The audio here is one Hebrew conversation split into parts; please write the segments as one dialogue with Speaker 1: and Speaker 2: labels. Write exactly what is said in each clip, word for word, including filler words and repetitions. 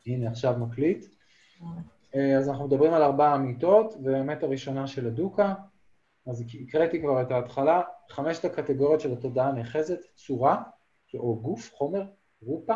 Speaker 1: הנה, עכשיו מקליט. אז אנחנו מדברים על ארבע אמיתות, והאמת הראשונה של הדוקה. אז הקראתי כבר את ההתחלה, חמשת הקטגוריות של התודעה הנאחזת, צורה, או גוף, חומר, רופה,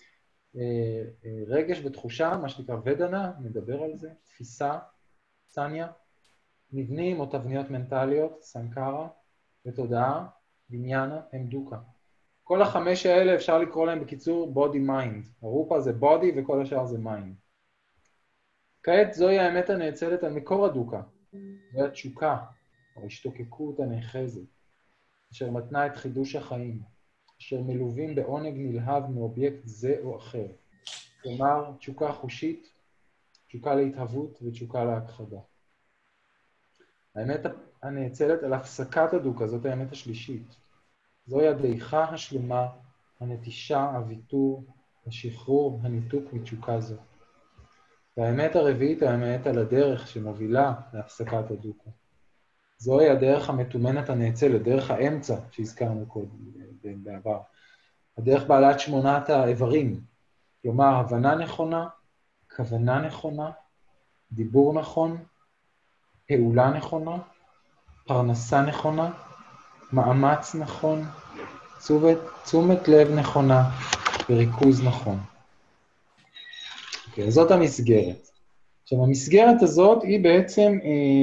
Speaker 1: רגש ותחושה, מה שנקרא ודנה, נדבר על זה, תפיסה, סניה, מבנים או תבניות מנטליות, סנקרה, ותודעה, בניינה, הם דוקה. כל החמש האלה אפשר לקרוא להם בקיצור body mind. הרופה זה body וכל השאר זה mind. כעת זוהי האמת הנאצלת על מקור הדוקה. זוהי התשוקה, או השתוקקות הנאחזת, אשר מתנה את חידוש החיים, אשר מלווים בעונג נלהב מאובייקט זה או אחר. כלומר, תשוקה חושית, תשוקה להתהוות ותשוקה להכחדה. האמת הנאצלת על הפסקת הדוקה, זאת האמת השלישית. זוהי הדעיכה השלמה, הנטישה, הוויתור, השחרור, הניתוק מתשוקה זו. והאמת הרביעית, האמת על הדרך שמובילה להפסקת הדוקה. זוהי הדרך המתומנת הנאצלת, דרך האמצע שהזכרנו קודם בעבר. הדרך בעלת שמונת האיברים, כלומר, הבנה נכונה, כוונה נכונה, דיבור נכון, פעולה נכונה, פרנסה נכונה, מאמץ נכון, תשומת, תשומת לב נכונה וריכוז נכון. אוקיי, זאת המסגרת. עכשיו, המסגרת הזאת היא בעצם,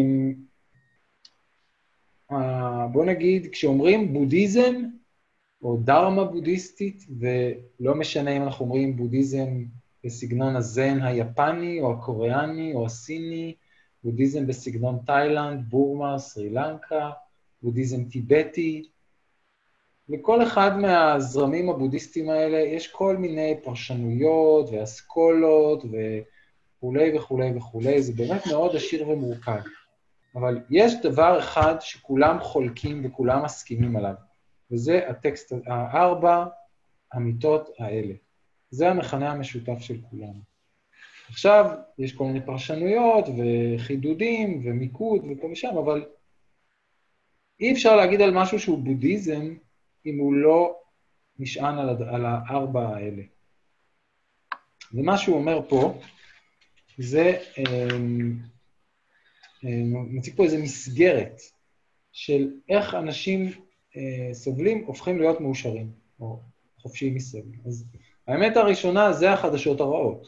Speaker 1: אה, בוא נגיד, כשאומרים בודהיזם, או דרמה בודהיסטית, ולא משנה אם אנחנו אומרים בודהיזם בסגנון הזן היפני, או הקוריאני, או הסיני, בודהיזם בסגנון תאילנד, בורמה, סרי לנקה, בודהיזם טיבטי. לכל אחד מהזרמים הבודהיסטיים האלה יש כל מיני פרשנויות ואסכולות וכולי וכולי וכולי. זה באמת מאוד עשיר ומורכב. אבל יש דבר אחד שכולם חולקים וכולם מסכימים עליו, וזה הטקסט, הארבע אמיתות האלה. זה המכנה המשותף של כולם. עכשיו, יש כל מיני פרשנויות וחידודים ומיקוד וכל משם, אבל אי אפשר להגיד על משהו שהוא בודהיזם, אם הוא לא נשען על, על הארבע האלה. ומה שהוא אומר פה, זה, מציג פה איזו מסגרת של איך אנשים סובלים, הופכים להיות מאושרים, או חופשיים מסבל. אז האמת הראשונה זה החדשות הרעות,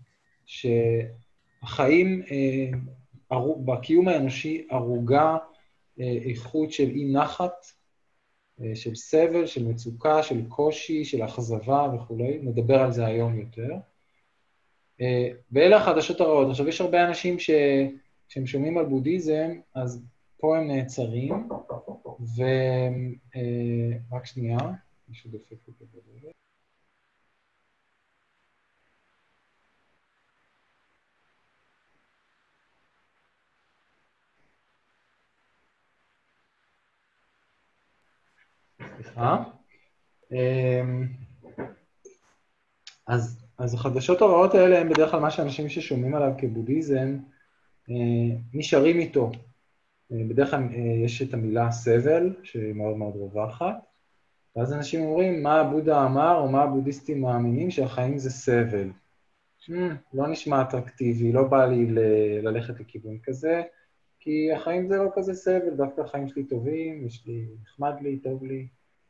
Speaker 1: שהחיים בקיום האנושי ארוגה איכות של אי נחת, של סבל, של מצוקה, של קושי, של אכזבה וכו'. נדבר על זה היום יותר. ואלה החדשות הרעות. עכשיו, יש הרבה אנשים שכשהם שומעים על בודהיזם, אז פה הם נעצרים, ורק שנייה, מישהו דופק לי בדרך. סליחה. אז, אז החדשות הרעות האלה הם בדרך כלל מה שאנשים ששומעים עליו כבודהיזם נשארים איתו. בדרך כלל יש את המילה סבל, שהיא מאוד מאוד רווחת, ואז אנשים אומרים מה הבודה אמר או מה הבודהיסטים מאמינים שהחיים זה סבל. לא נשמע אטרקטיבי, לא בא לי ללכת לכיוון כזה, כי החיים זה לא כזה סבל, דווקא החיים שלי טובים, יש לי, נחמד לי, טוב לי.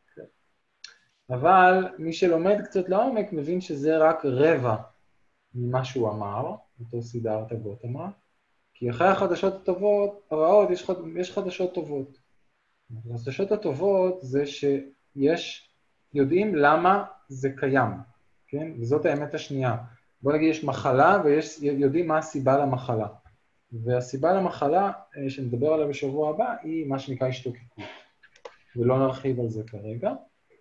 Speaker 1: אבל מי שלומד קצת לעומק מבין שזה רק רבע ממה שהוא אמר, אותו סידרתה גותמה, כי אחרי החדשות הטובות, הרעות, יש, יש חדשות טובות. החדשות הטובות זה שיש, יודעים למה זה קיים, כן? וזאת האמת השנייה. בוא נגיד, יש מחלה ויודעים מה הסיבה למחלה. והסיבה למחלה, שנדבר עליה בשבוע הבא, היא מה שנקרא השתוקקות. ולא נרחיב על זה כרגע.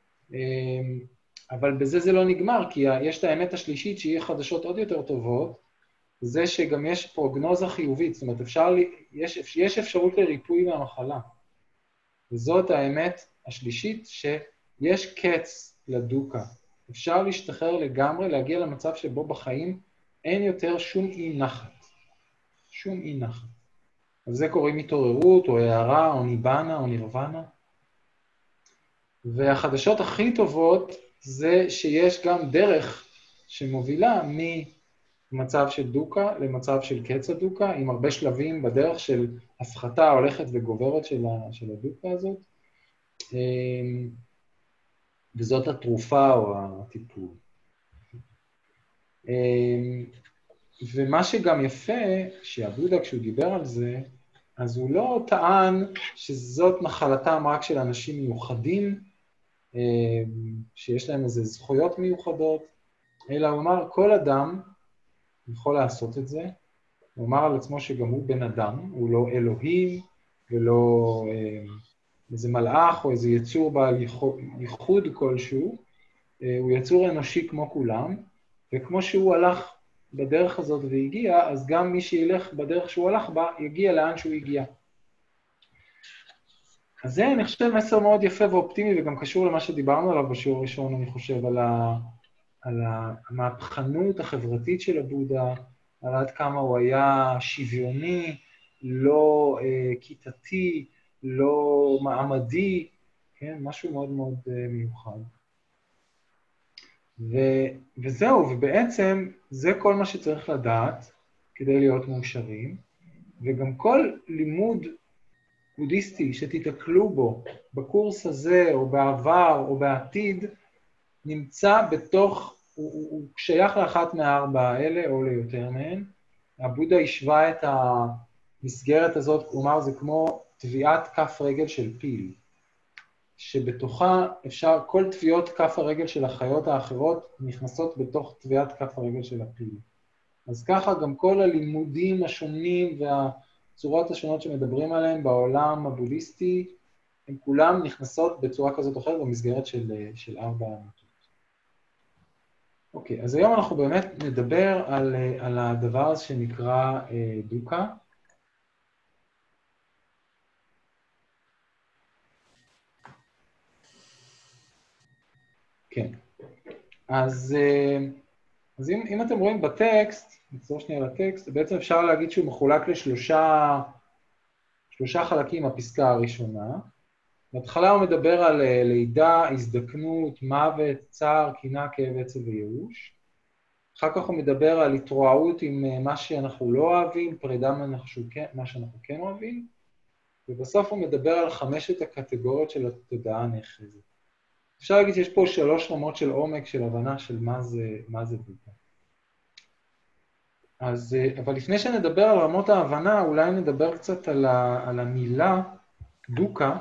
Speaker 1: אבל בזה זה לא נגמר, כי יש את האמת השלישית שהיא חדשות עוד יותר טובות, זה שגם יש פרוגנוזה חיובית, זאת אומרת, אפשר, יש, יש אפשרות לריפוי מהמחלה. וזאת האמת השלישית שיש קץ לדוקה. אפשר להשתחרר לגמרי, להגיע למצב שבו בחיים אין יותר שום אי נחת. שום אי נחת. אז זה קוראים התעוררות, או הערה, או ניבנה, או נירוונה. והחדשות הכי טובות זה שיש גם דרך שמובילה מצב של דוקה למצב של קץ הדוקה, עם הרבה שלבים בדרך של הפחתה הולכת וגוברת של, ה, של הדוקה הזאת, וזאת התרופה או הטיפול. ומה שגם יפה, שהבודה כשהוא דיבר על זה, אז הוא לא טען שזאת נחלתם רק של אנשים מיוחדים, שיש להם איזה זכויות מיוחדות, אלא הוא אמר, כל אדם יכול לעשות את זה. הוא אמר על עצמו שגם הוא בן אדם, הוא לא אלוהים, ולא איזה מלאך או איזה יצור בעל ייחוד כלשהו, הוא יצור אנושי כמו כולם, וכמו שהוא הלך בדרך הזאת והגיע, אז גם מי שילך בדרך שהוא הלך בה, יגיע לאן שהוא הגיע. אז זה, אני חושב, מסר מאוד יפה ואופטימי, וגם קשור למה שדיברנו עליו בשיעור הראשון, אני חושב, על, ה, על המהפכנות החברתית של הבודה, על עד כמה הוא היה שוויוני, לא אה, כיתתי, לא מעמדי, כן? משהו מאוד מאוד אה, מיוחד. ו, וזהו, ובעצם זה כל מה שצריך לדעת כדי להיות מאושרים, וגם כל לימוד בודהיסטי שתתקלו בו, בקורס הזה, או בעבר, או בעתיד, נמצא בתוך, הוא, הוא, הוא שייך לאחת מהארבע האלה, או ליותר מהן. הבודה השווה את המסגרת הזאת, כלומר זה כמו טביעת כף רגל של פיל, שבתוכה אפשר, כל טביעות כף הרגל של החיות האחרות נכנסות בתוך טביעת כף הרגל של הפיל. אז ככה גם כל הלימודים השונים והצורות השונות שמדברים עליהם בעולם הבודהיסטי, הם כולם נכנסות בצורה כזאת או אחרת במסגרת של, של ארבע האמתות. אוקיי, אז היום אנחנו באמת נדבר על, על הדבר הזה שנקרא אה, דוקה. כן. אז, אז אם, אם אתם רואים בטקסט, נחזור שנייה לטקסט, בעצם אפשר להגיד שהוא מחולק לשלושה שלושה חלקים, הפסקה הראשונה. בהתחלה הוא מדבר על לידה, הזדקנות, מוות, צער, קנאה, כאב, עצב וייאוש. אחר כך הוא מדבר על התרועעות עם מה שאנחנו לא אוהבים, פרידה מה שאנחנו כן אוהבים, ובסוף הוא מדבר על חמשת הקטגוריות של התודעה הנאחזת. אפשר להגיד שיש פה שלוש רמות של עומק, של הבנה של מה זה, מה זה דוקה. אז, אבל לפני שנדבר על רמות ההבנה, אולי נדבר קצת על, ה, על המילה דוקה,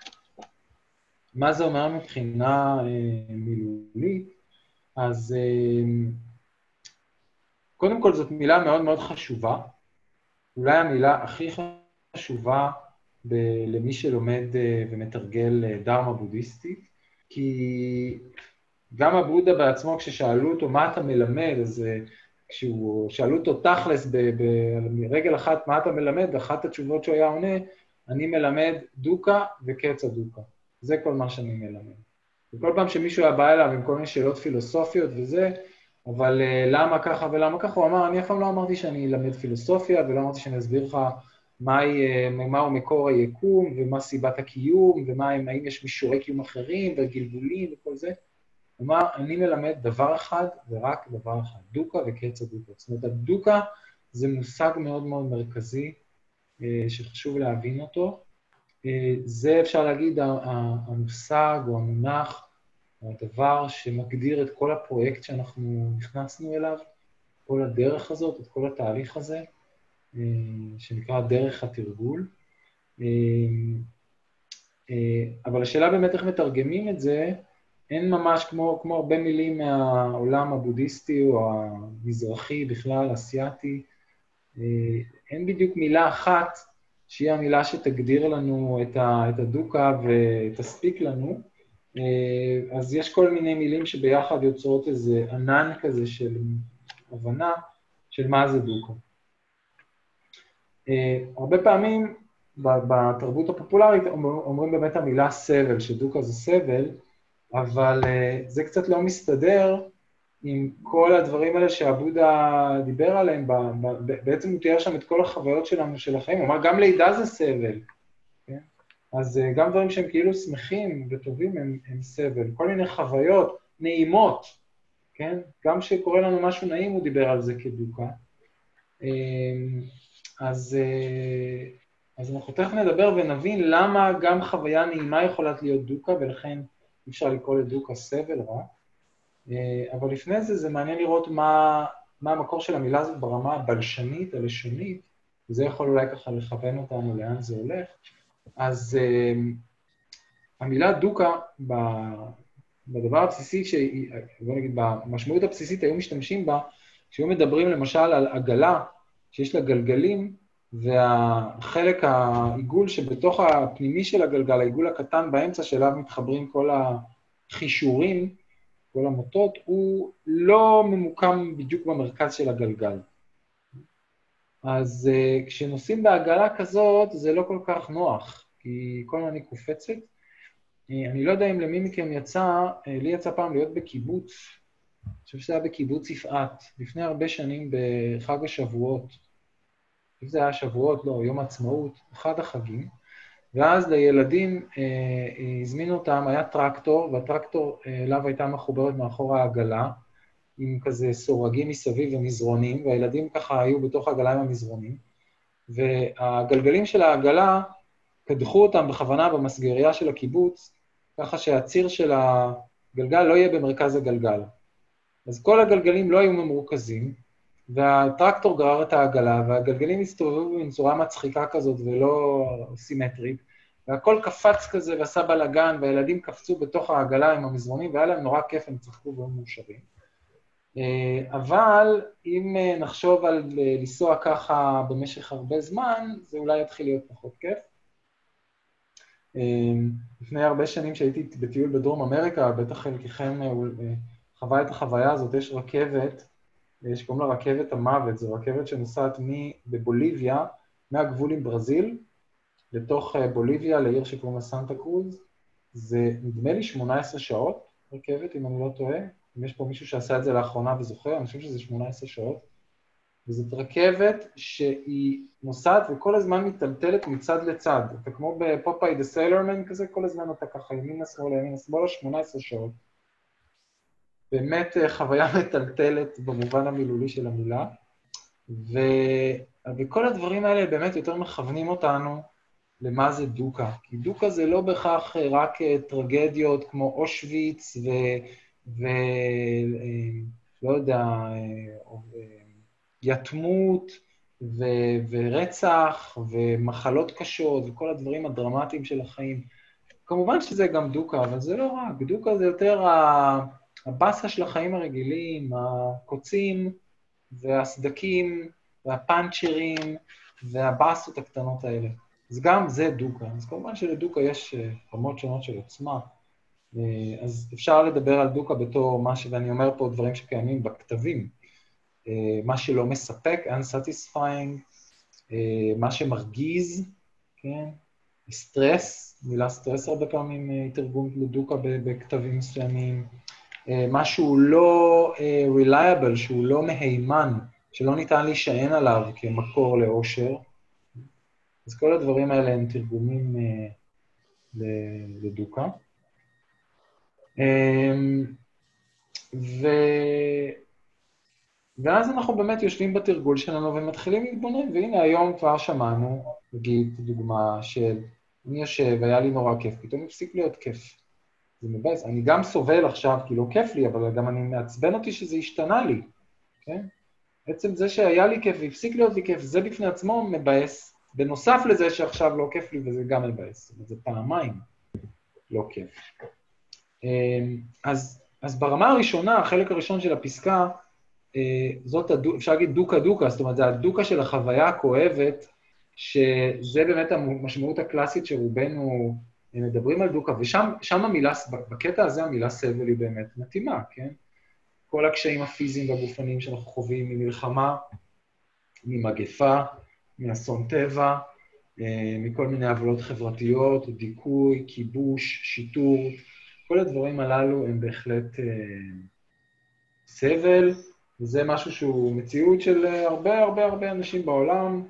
Speaker 1: מה זה אומר מבחינה אה, מילולית. אז אה, קודם כל זאת מילה מאוד מאוד חשובה, אולי המילה הכי חשובה ב- למי שלומד אה, ומתרגל אה, דרמה בודהיסטית, כי גם הבודה בעצמו, כששאלו אותו מה אתה מלמד, אז כשהוא שאלו אותו תכלס ברגל אחת מה אתה מלמד, אחת התשובות שהוא היה עונה, אני מלמד דוקה וקץ הדוקה. זה כל מה שאני מלמד. וכל פעם שמישהו היה בא אליו עם כל מיני שאלות פילוסופיות וזה, אבל למה ככה ולמה ככה, הוא אמר, אני אף פעם לא אמרתי שאני אלמד פילוסופיה, ולא אמרתי שאני אסביר לך מהו מקור היקום, ומה סיבת הקיום, והאם יש מישורי קיום אחרים, והגלגולים וכל זה. הוא אמר, אני מלמד דבר אחד ורק דבר אחד, דוקה וקץ הדוקה. זאת אומרת, הדוקה זה מושג מאוד מאוד מרכזי, שחשוב להבין אותו. זה אפשר להגיד המושג או המונח, הדבר שמגדיר את כל הפרויקט שאנחנו נכנסנו אליו, כל הדרך הזאת, את כל התהליך הזה, שנקרא דרך התרגול. אבל השאלה באמת איך מתרגמים את זה, אין ממש כמו, כמו הרבה מילים מהעולם הבודהיסטי או המזרחי בכלל, אסיאטי, אין בדיוק מילה אחת שהיא המילה שתגדיר לנו את, ה, את הדוקה ותספיק לנו, אז יש כל מיני מילים שביחד יוצרות איזה ענן כזה של הבנה של מה זה דוקה. הרבה פעמים בתרבות הפופולרית אומרים באמת המילה סבל, שדוקה זה סבל, אבל זה קצת לא מסתדר עם כל הדברים האלה שהבודה דיבר עליהם, בעצם הוא תיאר שם את כל החוויות שלנו של החיים, הוא אמר גם לידה זה סבל, כן? אז גם דברים שהם כאילו שמחים וטובים הם, הם סבל, כל מיני חוויות נעימות, כן? גם כשקורה לנו משהו נעים הוא דיבר על זה כדוקה. אז, אז אנחנו תכף נדבר ונבין למה גם חוויה נעימה יכולה להיות דוקה, ולכן אי אפשר לקרוא לדוקה סבל רע. אבל לפני זה, זה מעניין לראות מה, מה המקור של המילה הזאת ברמה הבלשנית, הלשונית, וזה יכול אולי ככה לכוון אותנו לאן זה הולך. אז המילה דוקה, בדבר הבסיסי, ש... בוא נגיד, במשמעות הבסיסית היו משתמשים בה, כשהיו מדברים למשל על עגלה, שיש לה גלגלים, והחלק העיגול שבתוך הפנימי של הגלגל, העיגול הקטן באמצע שאליו מתחברים כל החישורים, כל המוטות, הוא לא ממוקם בדיוק במרכז של הגלגל. אז uh, כשנוסעים בעגלה כזאת, זה לא כל כך נוח, כי כל הזמן היא קופצת. אני לא יודע אם למי מכם יצא, לי יצא פעם להיות בקיבוץ, אני חושב שזה היה בקיבוץ יפעת, לפני הרבה שנים בחג השבועות. אם זה היה שבועות, לא, יום העצמאות, אחד החגים, ואז לילדים אה, הזמינו אותם, היה טרקטור, והטרקטור אה, אליו הייתה מחוברת מאחור העגלה, עם כזה סורגים מסביב ומזרונים, והילדים ככה היו בתוך העגלה עם המזרונים, והגלגלים של העגלה קדחו אותם בכוונה במסגריה של הקיבוץ, ככה שהציר של הגלגל לא יהיה במרכז הגלגל. אז כל הגלגלים לא היו ממורכזים, והטרקטור גרר את העגלה, והגלגלים הסתובבו בצורה מצחיקה כזאת ולא סימטרית, והכל קפץ כזה ועשה בלגן, והילדים קפצו בתוך העגלה עם המזרונים, והיה להם נורא כיף, הם צחקו והם מאושרים. אבל אם נחשוב על לנסוע ככה במשך הרבה זמן, זה אולי יתחיל להיות פחות כיף. לפני הרבה שנים שהייתי בטיול בדרום אמריקה, בטח חלקכם חווה את החוויה הזאת, יש רכבת, שקוראים לה רכבת המוות, זו רכבת שנוסעת בבוליביה, מהגבול עם ברזיל, לתוך בוליביה, לעיר שקוראים לה סנטה קרוז. זה נדמה לי שמונה עשרה שעות רכבת, אם אני לא טועה. אם יש פה מישהו שעשה את זה לאחרונה וזוכר, אני חושב שזה שמונה עשרה שעות. וזאת רכבת שהיא נוסעת וכל הזמן מטלטלת מצד לצד. אתה כמו בפופאי דה סיילרמן כזה, כל הזמן אתה ככה ימינה שמאלה, ימינה שמאלה, שמונה עשרה שעות. באמת חוויה מטלטלת במובן המילולי של המילה. ו... וכל הדברים האלה באמת יותר מכוונים אותנו למה זה דוקה. כי דוקה זה לא בכך רק טרגדיות כמו אושוויץ ו... ו... לא יודע, יתמות ו... ורצח ומחלות קשות וכל הדברים הדרמטיים של החיים. כמובן שזה גם דוקה, אבל זה לא רק. דוקה זה יותר הבאסה של החיים הרגילים, הקוצים והסדקים והפאנצ'רים והבאסות הקטנות האלה. אז גם זה דוקה. אז כמובן שלדוקה יש רמות שונות של עוצמה. אז אפשר לדבר על דוקה בתור מה ש... ואני אומר פה דברים שקיימים בכתבים. מה שלא מספק, unsatisfying, מה שמרגיז, כן? סטרס, מילה סטרס הרבה פעמים היא תרגום לדוקה בכתבים מסוימים. משהו לא reliable, שהוא לא מהימן, שלא ניתן להישען עליו כמקור לאושר. אז כל הדברים האלה הם תרגומים לדוקה. ו... ואז אנחנו באמת יושבים בתרגול שלנו ומתחילים להתבונן, והנה היום כבר שמענו, נגיד, דוגמה של, אני יושב, היה לי נורא כיף, פתאום הפסיק להיות כיף. זה מבאס, אני גם סובל עכשיו, כי לא כיף לי, אבל גם אני מעצבן אותי שזה השתנה לי, כן? בעצם זה שהיה לי כיף והפסיק להיות לי כיף, זה בפני עצמו מבאס, בנוסף לזה שעכשיו לא כיף לי, וזה גם מבאס, זה פעמיים לא כיף. אז, אז ברמה הראשונה, החלק הראשון של הפסקה, זאת, הדו, אפשר להגיד דוקה דוקה, זאת אומרת, זה הדוקה של החוויה הכואבת, שזה באמת המשמעות הקלאסית שרובנו מדברים על דוקה, ושם שם המילה, בקטע הזה המילה סבל היא באמת מתאימה, כן? כל הקשיים הפיזיים והגופניים שאנחנו חווים ממלחמה, ממגפה, מאסון טבע, מכל מיני עוולות חברתיות, דיכוי, כיבוש, שיטור, כל הדברים הללו הם בהחלט סבל, וזה משהו שהוא מציאות של הרבה הרבה הרבה אנשים בעולם,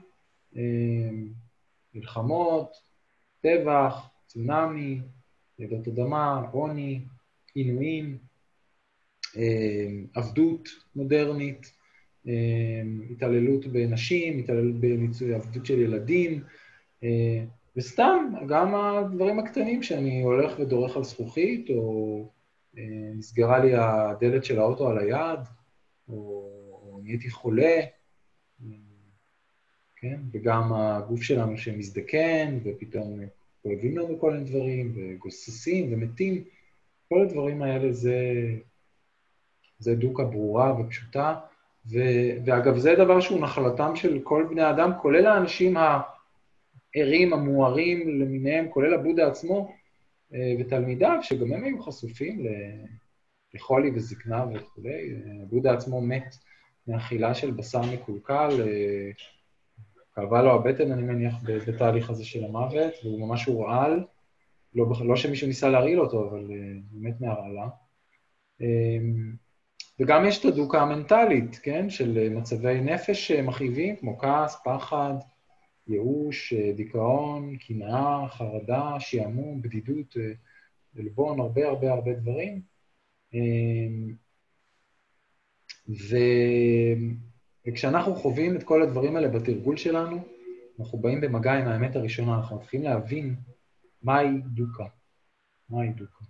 Speaker 1: מלחמות, טבח, צונאמי, רעידות אדמה, עוני, עינויים. עבדות מודרנית, התעללות בנשים, התעללות בניצוי עבדות של ילדים, וסתם, גם הדברים הקטנים שאני הולך ודורך על זכוכית, או נסגרה לי הדלת של האוטו על היד, או, או נהייתי חולה, כן? וגם הגוף שלנו שמזדקן, ופתאום כואבים לנו כל מיני דברים, וגוססים ומתים, כל הדברים האלה זה, זה דוקה ברורה ופשוטה, ו, ואגב זה דבר שהוא נחלתם של כל בני האדם, כולל האנשים הערים, המוארים למיניהם, כולל הבודה עצמו, ותלמידיו, שגם הם היו חשופים לחולי וזקנה וכו'. הבודה עצמו מת מאכילה של בשר מקולקל, כאבה לו הבטן, אני מניח, בתהליך הזה של המוות, והוא ממש הורעל, לא, לא שמישהו ניסה להרעיל אותו, אבל הוא מת מהרעלה. וגם יש את הדוקה המנטלית, כן, של מצבי נפש מכאיבים, כמו כעס, פחד, ייאוש, דיכאון, קנאה, חרדה, שעמום, בדידות, עלבון, הרבה הרבה הרבה דברים. ו... וכשאנחנו חווים את כל הדברים האלה בתרגול שלנו, אנחנו באים במגע עם האמת הראשונה, אנחנו מתחילים להבין מהי דוקה. מהי דוקה.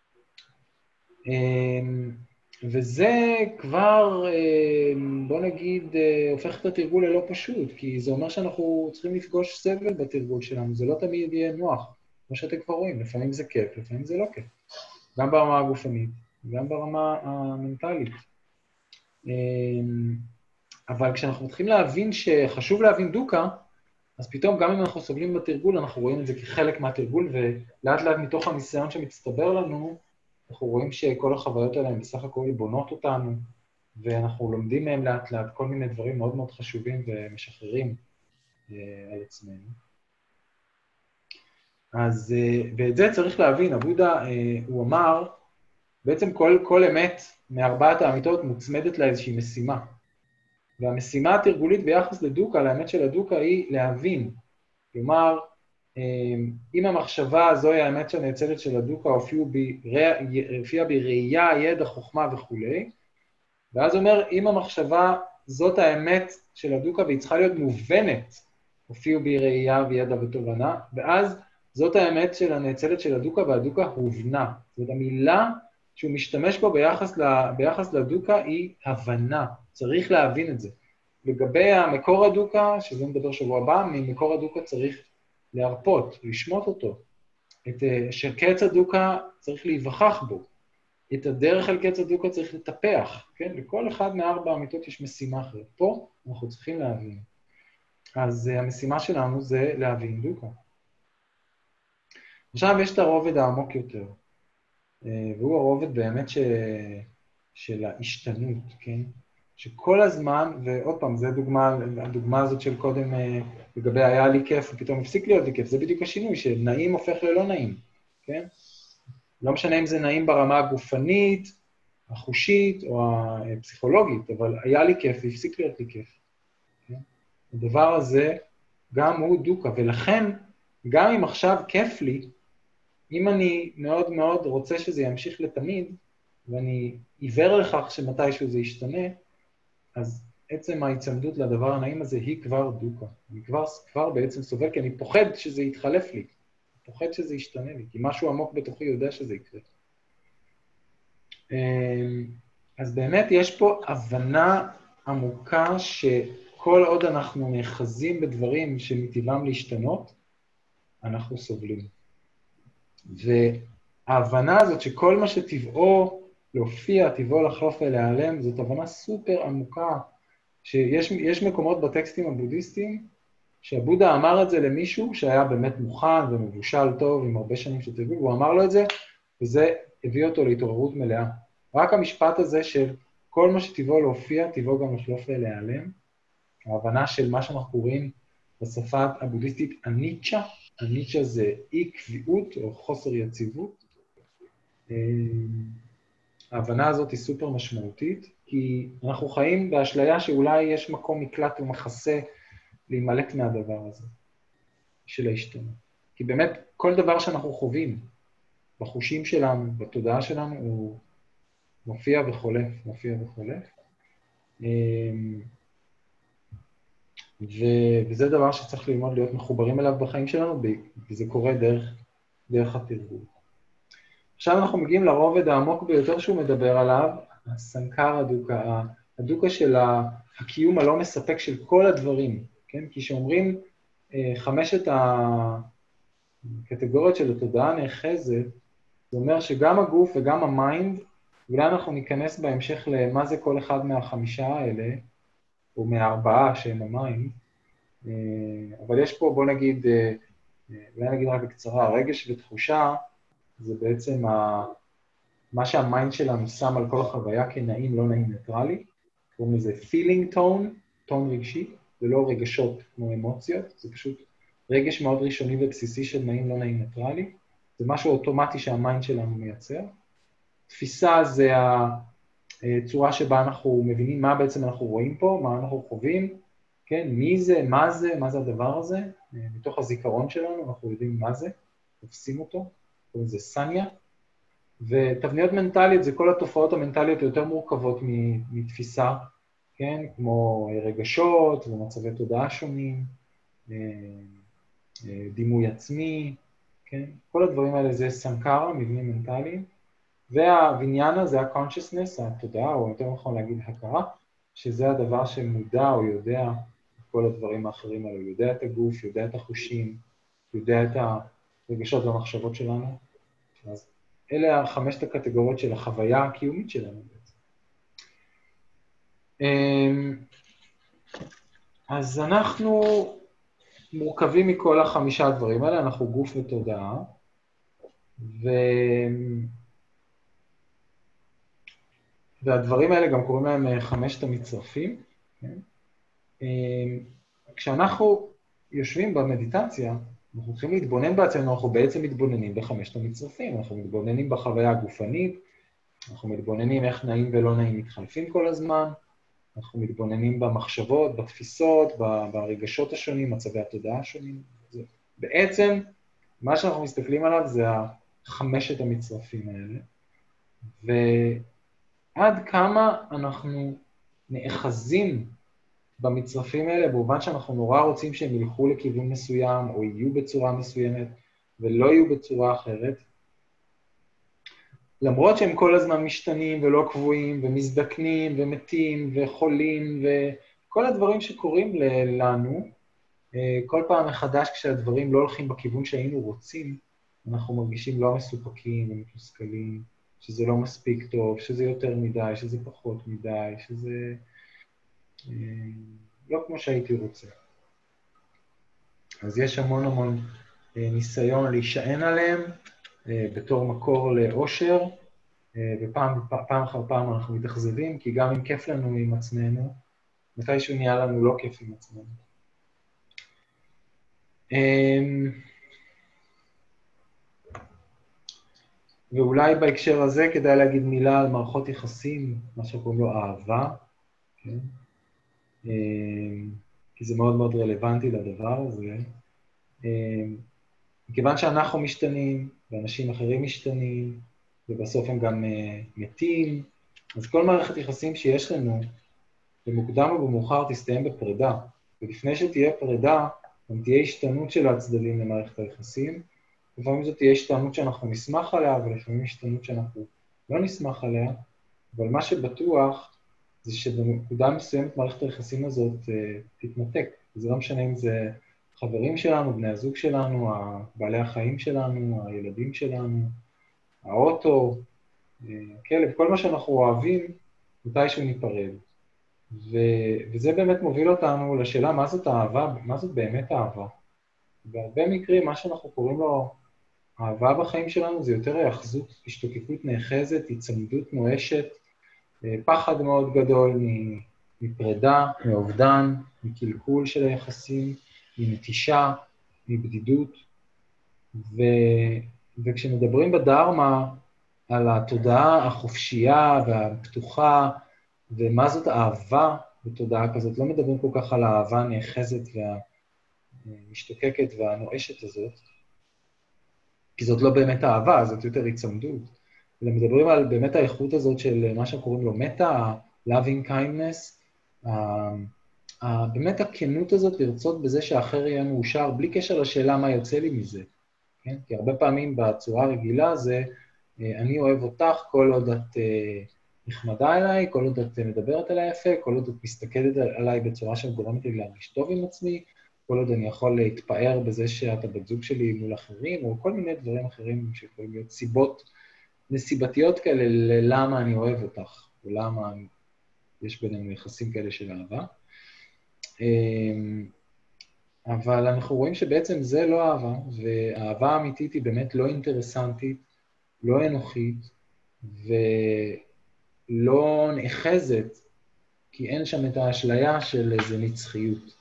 Speaker 1: וזה כבר, בוא נגיד, הופך את התרגול ללא פשוט, כי זה אומר שאנחנו צריכים לפגוש סבל בתרגול שלנו, זה לא תמיד יהיה נוח, כמו שאתם כבר רואים, לפעמים זה כיף, לפעמים זה לא כיף, גם ברמה הגופנית, גם ברמה המנטלית. אבל כשאנחנו מתחילים להבין שחשוב להבין דוקה, אז פתאום גם אם אנחנו סובלים בתרגול, אנחנו רואים את זה כחלק מהתרגול, ולאט לאט מתוך הניסיון שמצטבר לנו, אנחנו רואים שכל החוויות האלה בסך הכל בונות אותנו, ואנחנו לומדים מהם לאט לאט כל מיני דברים מאוד מאוד חשובים ומשחררים על עצמנו. אז, ואת זה צריך להבין, הבודה, הוא אמר, בעצם כל, כל אמת מארבעת האמיתות מוצמדת לאיזושהי משימה. והמשימה התרגולית ביחס לדוקה, לאמת של הדוקה, היא להבין. כלומר, אם המחשבה הזוהי האמת שהנאצלת של הדוקה הופיעה בראייה, ידע, חוכמה וכו', ואז אומר, אם המחשבה זאת האמת של הדוקה והיא צריכה להיות מובנת, הופיעו בראייה וידע ותובנה, ואז זאת האמת של הנאצלת של הדוקה, והדוקה הובנה. זאת המילה שהוא משתמש בו ביחס, ביחס לדוקה היא הבנה, צריך להבין את זה. לגבי המקור הדוקה, שזה מדבר שבוע הבא, ממקור הדוקה צריך להרפות, לשמוט אותו. את שקץ הדוקה צריך להיווכח בו. את הדרך על קץ הדוקה צריך לטפח, כן? לכל אחד מארבע האמיתות יש משימה אחרת. פה אנחנו צריכים להבין. אז המשימה שלנו זה להבין דוקה. עכשיו יש את הרובד העמוק יותר, והוא הרובד באמת ש... של ההשתנות, כן? שכל הזמן, ועוד פעם, זו דוגמה, הדוגמה הזאת של קודם לגבי היה לי כיף, ופתאום הפסיק להיות לי כיף, זה בדיוק השינוי, שנעים הופך ללא נעים, כן? לא משנה אם זה נעים ברמה הגופנית, החושית או הפסיכולוגית, אבל היה לי כיף והפסיק להיות לי כיף. כן? הדבר הזה גם הוא דוקה, ולכן גם אם עכשיו כיף לי, אם אני מאוד מאוד רוצה שזה ימשיך לתמיד, ואני עיוור לכך שמתישהו זה ישתנה, אז עצם ההצמדות לדבר הנעים הזה היא כבר דוקה. אני כבר, כבר בעצם סובל, כי אני פוחד שזה יתחלף לי. אני פוחד שזה ישתנה לי, כי משהו עמוק בתוכי יודע שזה יקרה. אז באמת יש פה הבנה עמוקה שכל עוד אנחנו נאחזים בדברים שמטבעם להשתנות, אנחנו סובלים. וההבנה הזאת שכל מה שטבעו להופיע, טבעו לחלוף ולהיעלם, זאת הבנה סופר עמוקה, שיש יש מקומות בטקסטים הבודהיסטיים, שהבודה אמר את זה למישהו שהיה באמת מוכן ומבושל טוב, עם הרבה שנים שתרגול, והוא אמר לו את זה, וזה הביא אותו להתעוררות מלאה. רק המשפט הזה של כל מה שטבעו להופיע, טבעו גם לחלוף ולהיעלם, ההבנה של מה שאנחנו קוראים בשפה הבודהיסטית אניצ'ה, אניצ'ה זה אי קביעות או חוסר יציבות. ההבנה הזאת היא סופר משמעותית, כי אנחנו חיים באשליה שאולי יש מקום מקלט ומחסה להימלט מהדבר הזה, של ההשתנות. כי באמת כל דבר שאנחנו חווים בחושים שלנו, בתודעה שלנו, הוא, מופיע וחולף, מופיע וחולף. ו- וזה דבר שצריך ללמוד להיות מחוברים אליו בחיים שלנו, וזה קורה דרך, דרך התרגול. עכשיו אנחנו מגיעים לרובד העמוק ביותר שהוא מדבר עליו, הסנקר הדוקה, הדוקה של הקיום הלא מספק של כל הדברים, כן? כי שאומרים חמשת הקטגוריות של התודעה הנאחזת, זה אומר שגם הגוף וגם המיינד, אולי אנחנו ניכנס בהמשך למה זה כל אחד מהחמישה האלה, או מהארבעה שהם המיינד, אבל יש פה, בוא נגיד, אולי נגיד רק בקצרה, רגש ותחושה, זה בעצם ה... מה שהמיינד שלנו שם על כל החוויה כנעים, לא נעים, ניטרלי. קוראים לזה feeling tone, טון רגשי, זה לא רגשות כמו אמוציות, זה פשוט רגש מאוד ראשוני ובסיסי של נעים, לא נעים, ניטרלי. זה משהו אוטומטי שהמיינד שלנו מייצר. תפיסה זה הצורה שבה אנחנו מבינים מה בעצם אנחנו רואים פה, מה אנחנו חווים, כן, מי זה, מה זה, מה זה הדבר הזה. מתוך הזיכרון שלנו אנחנו יודעים מה זה, תופסים אותו, זה סניה. ותבניות מנטליות זה כל התופעות המנטליות היותר מורכבות מתפיסה, כן? כמו רגשות ומצבי תודעה שונים, דימוי עצמי, כן? כל הדברים האלה זה סנקרה, מבנים מנטליים, והוויניאנה זה ה-consciousness, התודעה, או יותר נכון להגיד הכרה, שזה הדבר שמודע או יודע את כל הדברים האחרים האלה, יודע את הגוף, יודע את החושים, יודע את הרגשות והמחשבות שלנו. אז אלה החמשת הקטגוריות של החוויה הקיומית שלנו בעצם. אז אנחנו מורכבים מכל החמישה הדברים האלה, אנחנו גוף ותודעה, ו... והדברים האלה גם קוראים להם חמשת המצרפים. כן? כשאנחנו יושבים במדיטציה, אנחנו צריכים להתבונן בעצמנו, אנחנו בעצם מתבוננים בחמשת המצרפים, אנחנו מתבוננים בחוויה הגופנית, אנחנו מתבוננים איך נעים ולא נעים מתחלפים כל הזמן, אנחנו מתבוננים במחשבות, בתפיסות, ברגשות השונים, מצבי התודעה השונים. בעצם, מה שאנחנו מסתכלים עליו זה חמשת המצרפים האלה, ועד כמה אנחנו נאחזים במצרפים האלה, במובן שאנחנו נורא רוצים שהם ילכו לכיוון מסוים, או יהיו בצורה מסוימת, ולא יהיו בצורה אחרת, למרות שהם כל הזמן משתנים ולא קבועים, ומזדקנים ומתים וחולים, וכל הדברים שקורים לנו, כל פעם מחדש כשהדברים לא הולכים בכיוון שהיינו רוצים, אנחנו מרגישים לא מסופקים ומתוסכלים, שזה לא מספיק טוב, שזה יותר מדי, שזה פחות מדי, שזה לא כמו שהייתי רוצה. אז יש המון המון ניסיון להישען עליהם בתור מקור לאושר, ופעם פעם אחר פעם אנחנו מתאכזבים, כי גם אם כיף לנו עם עצמנו, מתישהו נהיה לנו לא כיף עם עצמנו. ואולי בהקשר הזה כדאי להגיד מילה על מערכות יחסים, מה שקוראים לו אהבה, כן? כי זה מאוד מאוד רלוונטי לדבר הזה. מכיוון שאנחנו משתנים, ואנשים אחרים משתנים, ובסוף הם גם מתים, אז כל מערכת יחסים שיש לנו, במוקדם או במאוחר תסתיים בפרידה, ולפני שתהיה פרידה, גם תהיה השתנות של הצדדים למערכת היחסים, לפעמים זאת תהיה השתנות שאנחנו נשמח עליה, ולפעמים השתנות שאנחנו לא נשמח עליה, אבל מה שבטוח זה שבנקודה מסוימת מערכת היחסים הזאת uh, תתנתק. זה לא משנה אם זה חברים שלנו, בני הזוג שלנו, בעלי החיים שלנו, הילדים שלנו, האוטו, הכלב, כל מה שאנחנו אוהבים, מתישהו ניפרד. ו... וזה באמת מוביל אותנו לשאלה מה זאת אהבה, מה זאת באמת אהבה. בהרבה מקרים, מה שאנחנו קוראים לו אהבה בחיים שלנו, זה יותר היאחזות, השתוקקות נאחזת, הצמדות נואשת, פחד מאוד גדול מפרידה, מאובדן, מקלקול של היחסים, מנטישה, מבדידות. ו... וכשמדברים בדרמה על התודעה החופשייה והפתוחה, ומה זאת אהבה בתודעה כזאת, לא מדברים כל כך על האהבה הנאחזת והמשתוקקת והנואשת הזאת, כי זאת לא באמת אהבה, זאת יותר הצמדות. אלא מדברים על באמת האיכות הזאת של מה שקוראים לו מטה, loving kindness, באמת הכנות הזאת לרצות בזה שאחר יהיה מאושר, בלי קשר לשאלה מה יוצא לי מזה. כן? כי הרבה פעמים בצורה הרגילה זה, אני אוהב אותך כל עוד את נחמדה אליי, כל עוד את מדברת אליי יפה, כל עוד את מסתכלת עליי בצורה שגורמת לי להרגיש טוב עם עצמי, כל עוד אני יכול להתפאר בזה שאתה בת זוג שלי מול אחרים, או כל מיני דברים אחרים שיכולים להיות סיבות נסיבתיות כאלה ללמה אני אוהב אותך, ולמה יש בינינו יחסים כאלה של אהבה. אבל אנחנו רואים שבעצם זה לא אהבה, והאהבה האמיתית היא באמת לא אינטרסנטית, לא אנוכית, ולא נאחזת, כי אין שם את האשליה של איזו נצחיות.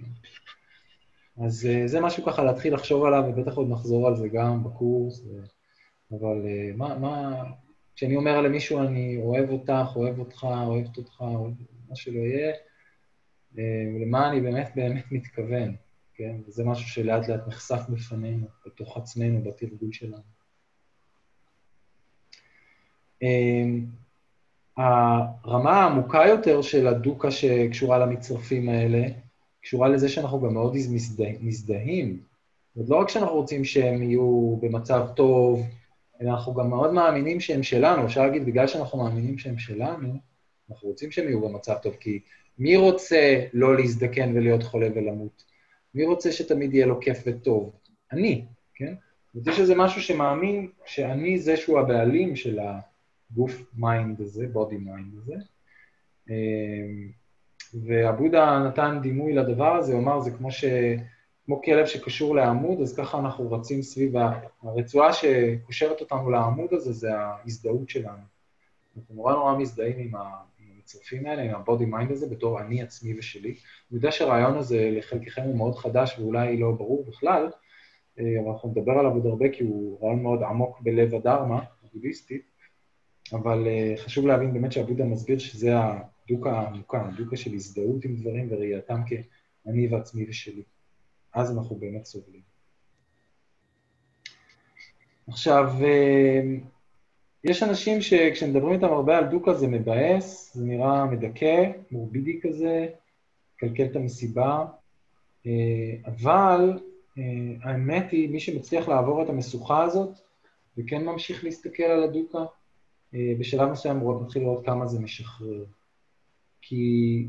Speaker 1: אז זה משהו ככה להתחיל לחשוב עליו, ובטח עוד נחזור על זה גם בקורס, אבל מה, מה, כשאני אומר למישהו אני אוהב אותך, אוהב אותך, אוהבת אותך, אוהב מה שלא יהיה, למה אני באמת באמת מתכוון, כן? וזה משהו שלאט לאט נחשף בפנינו, בתוך עצמנו, בתרגול שלנו. הרמה העמוקה יותר של הדוקה שקשורה למצרפים האלה, קשורה לזה שאנחנו גם מאוד מזדהים. זאת לא רק שאנחנו רוצים שהם יהיו במצב טוב, אלא אנחנו גם מאוד מאמינים שהם שלנו. אפשר להגיד, בגלל שאנחנו מאמינים שהם שלנו, אנחנו רוצים שהם יהיו במצב טוב, כי מי רוצה לא להזדקן ולהיות חולה ולמות? מי רוצה שתמיד יהיה לו כיף וטוב? אני, כן? זאת אומרת, יש איזה משהו שמאמין שאני זה שהוא הבעלים של הגוף מיינד הזה, בודי מיינד הזה. והבודה נתן דימוי לדבר הזה, הוא אמר, זה כמו, ש... כמו כלב שקשור לעמוד, אז ככה אנחנו רצים סביב הרצועה שקושרת אותנו לעמוד הזה, זה ההזדהות שלנו. אנחנו נורא נורא מזדהים עם המצרפים האלה, עם הבודי מיינד הזה, בתור אני עצמי ושלי. אני יודע שהרעיון הזה לחלקכם הוא מאוד חדש, ואולי לא ברור בכלל, אבל אנחנו נדבר עליו עוד הרבה, כי הוא רעיון מאוד עמוק בלב הדרמה, הבודהיסטית, אבל חשוב להבין באמת שהבודה מסביר שזה הדוקה העמוקה, הדוקה של הזדהות עם דברים וראייתם כאני ועצמי ושלי. אז אנחנו באמת סובלים. עכשיו, יש אנשים שכשמדברים איתם הרבה על דוקה זה מבאס, זה נראה מדכא, מורבידי כזה, קלקל את המסיבה, אבל האמת היא, מי שמצליח לעבור את המשוכה הזאת, וכן ממשיך להסתכל על הדוקה, בשלב מסוים הוא מתחיל לראות כמה זה משחרר. כי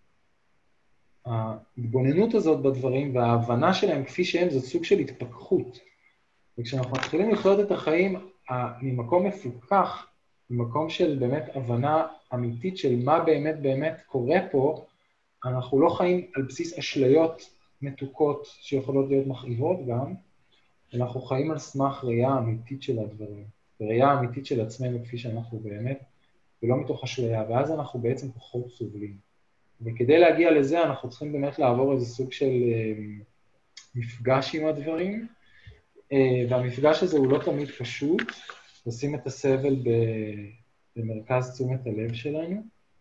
Speaker 1: ההתבוננות הזאת בדברים וההבנה שלהם כפי שהם, זה סוג של התפכחות. וכשאנחנו מתחילים לחיות את החיים ממקום מפוקח, ממקום של באמת הבנה אמיתית של מה באמת באמת קורה פה, אנחנו לא חיים על בסיס אשליות מתוקות שיכולות להיות מכאיבות גם, אנחנו חיים על סמך ראייה אמיתית של הדברים, ראייה אמיתית של עצמנו כפי שאנחנו באמת, ולא מתוך אשליה, ואז אנחנו בעצם פחות סובלים. וכדי להגיע לזה אנחנו צריכים באמת לעבור איזה סוג של מפגש עם הדברים, והמפגש הזה הוא לא תמיד פשוט, לשים את הסבל במרכז תשומת הלב שלנו.